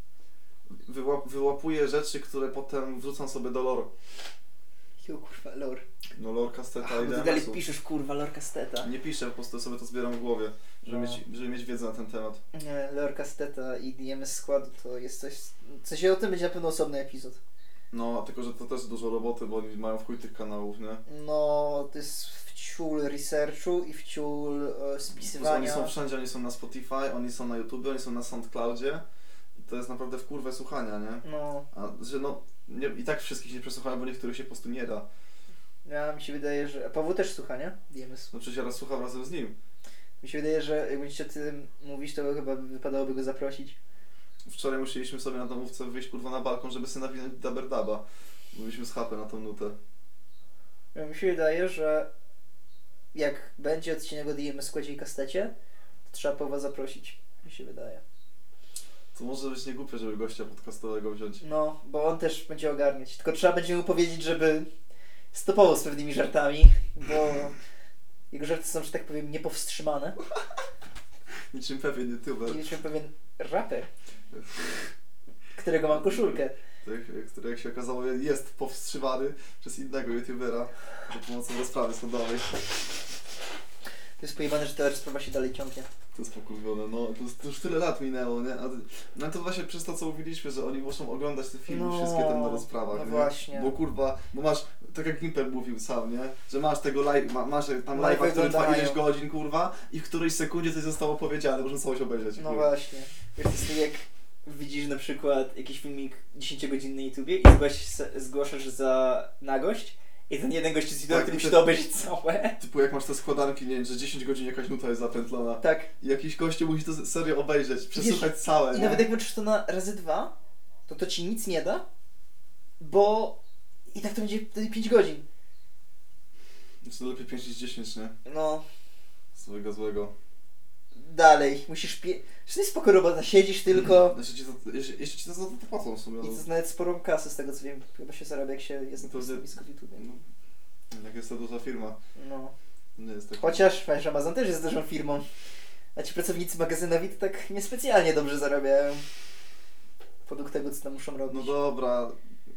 wyłap, wyłapuję rzeczy, które potem wrzucam sobie do lore. Jo kurwa, lore. No lore kasteta Ach, i bo ty D M dalej S-u. piszesz kurwa lore kasteta. Nie piszę, po prostu sobie to zbieram w głowie, żeby, No. mieć, żeby mieć wiedzę na ten temat. Nie, lore kasteta i D M S składu to jest coś... W sensie o tym będzie na pewno osobny epizod. No, tylko że to też dużo roboty, bo oni mają w chuj tych kanałów, nie? No, to jest wciul researchu i wciul e, Bo oni spisywania. są wszędzie, oni są na Spotify, oni są na YouTube, oni są na SoundCloudzie. I to jest naprawdę w kurwę słuchania, nie? No, A że no, nie, i tak wszystkich nie przesłuchałem, bo niektórych się po prostu nie da. ja mi się wydaje, że... A Paweł też słucha, nie? D M S. No przecież ja raz słucham razem z nim. Mi się wydaje, że jak będziecie o tym mówić, to chyba wypadałoby go zaprosić. Wczoraj musieliśmy sobie na domówce wyjść kurwa na balkon, żeby sobie nawinąć Daberdaba. Byliśmy z chapy na tą nutę. Mi się wydaje, że jak będzie odcinek o D M S składzie i kastecie, to trzeba Pawła zaprosić. Mi się wydaje. To może być niegłupie, żeby gościa podcastowego wziąć. No, bo on też będzie ogarniać. Tylko trzeba będzie mu powiedzieć, żeby stopował z pewnymi żartami, bo jego żarty są, że tak powiem, niepowstrzymane. Niczym pewien youtuber, I jeszcze pewien raper, którego mam koszulkę. który, który jak się okazało jest powstrzymany przez innego youtubera za pomocą rozprawy sądowej. To jest pojebane, że ta rozprawa się dalej ciągnie. To jest pokurwione, no to, jest, to już tyle lat minęło, nie? A, no to właśnie przez to, co mówiliśmy, że oni muszą oglądać te filmy, No, wszystkie tam na rozprawach, no nie? właśnie. Bo kurwa, bo masz, tak jak Gimper mówił sam, nie? Że masz tego live, ma, masz tam Live'y live'a, który trwa oglądają. ileś godzin, kurwa, i w którejś sekundzie coś zostało powiedziane, można całość obejrzeć. No kurwa. właśnie. Wiesz, to jest tak jak widzisz na przykład jakiś filmik dziesięciogodzinny na YouTubie i zgłaś, zgłaszasz za nagość i ten jeden gość jest idiotą, Tak, który i musi te- to obejrzeć całe. Typu jak masz te składanki, nie wiem, że dziesięć godzin jakaś nuta jest zapętlona. Tak. I jakiś gościu musi to serio obejrzeć, przesłuchać całe, I nie? nawet jak włączysz to na razy dwa, to to ci nic nie da, bo i tak to będzie wtedy pięć godzin. Znaczy, to lepiej pięć niż dziesięć, nie? No, Złego, złego. dalej, musisz pie... Że to jest spoko robota, siedzisz tylko Znaczy, ci to, jeśli, jeśli ci to za to płacą w sumie. i to No, jest nawet sporą kasę z tego co wiem, chyba się zarabia jak się jest na To to że- blisko w YouTube. no, jak jest to duża firma, No. to nie jest tak. Chociaż, wiesz, Amazon też jest dużą firmą, a ci pracownicy magazynowi to tak niespecjalnie dobrze zarabiają. Podług tego co tam muszą robić. No dobra.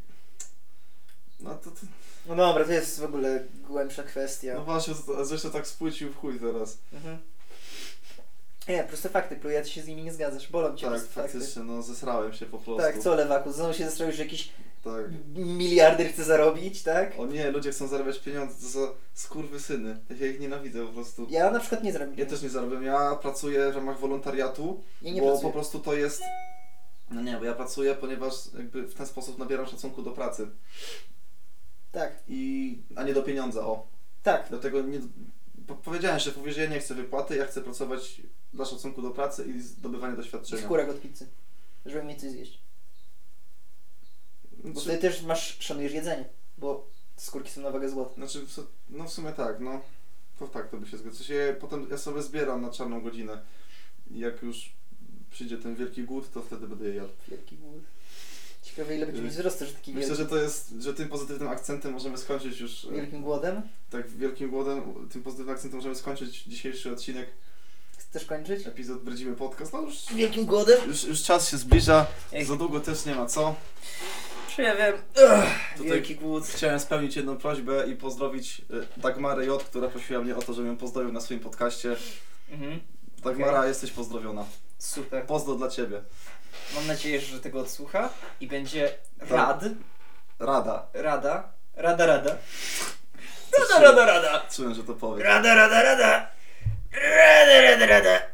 No to, to No dobra, to jest w ogóle głębsza kwestia. no właśnie, to, zresztą tak spłycił w chuj teraz. Mhm. Nie, proste fakty, pluja, ty się z nimi nie zgadzasz, bolą cię Tak, proste fakty. faktycznie, no zesrałem się po prostu. Tak, co lewaku, znowu się zestroisz, że jakiś Tak. miliarder chce zarobić, tak? O nie, ludzie chcą zarabiać pieniądze, to za skurwysyny. Ja ich nienawidzę po prostu. Ja na przykład nie zrobię. Ja też nie zarabiam, ja pracuję w ramach wolontariatu, Ja nie bo pracuję. po prostu to jest... No nie, bo ja pracuję, ponieważ jakby w ten sposób nabieram szacunku do pracy. Tak, I... a nie do pieniądza, o. tak. Dlatego nie... po- powiedziałem szefowi, że ja nie chcę wypłaty, ja chcę pracować dla szacunku do pracy i zdobywania I doświadczenia. skórek od pizzy, żeby mieć coś zjeść. Bo Znaczy, wtedy też masz, szanujesz jedzenie, bo skórki są na wagę złota. znaczy, w su- no w sumie tak, no. To tak, to by się zgadzało. W sensie, potem ja sobie zbieram na czarną godzinę. I jak już przyjdzie ten wielki głód, to wtedy będę je jadł. Wielki głód. Ciekawe ile będzie mieć wzrostu, że taki Myślę, wielki. że to jest, że tym pozytywnym akcentem możemy skończyć już... e, Wielkim głodem. Tak, wielkim głodem, tym pozytywnym akcentem możemy skończyć dzisiejszy odcinek, Chcesz kończyć? epizod Bredzimy Podcast. No już, Wielkim głodem? już, już czas się zbliża, Ej. za długo też nie ma co. Czy ja wiem. Ugh, Tutaj- wielki głód. Chciałem spełnić jedną prośbę i pozdrowić e, Dagmarę J, która prosiła mnie o to, żebym ją pozdrowił na swoim podcaście. Mhm. Dagmara, Okej. jesteś pozdrowiona. Super. Pozdro dla Ciebie. Mam nadzieję, że tego odsłucha i będzie Tak. rad. Rada. Rada. Rada, rada. Coś Rada, rada, rada. Czułem, że to powiem. Rada, rada, rada. Rada, rada, rada.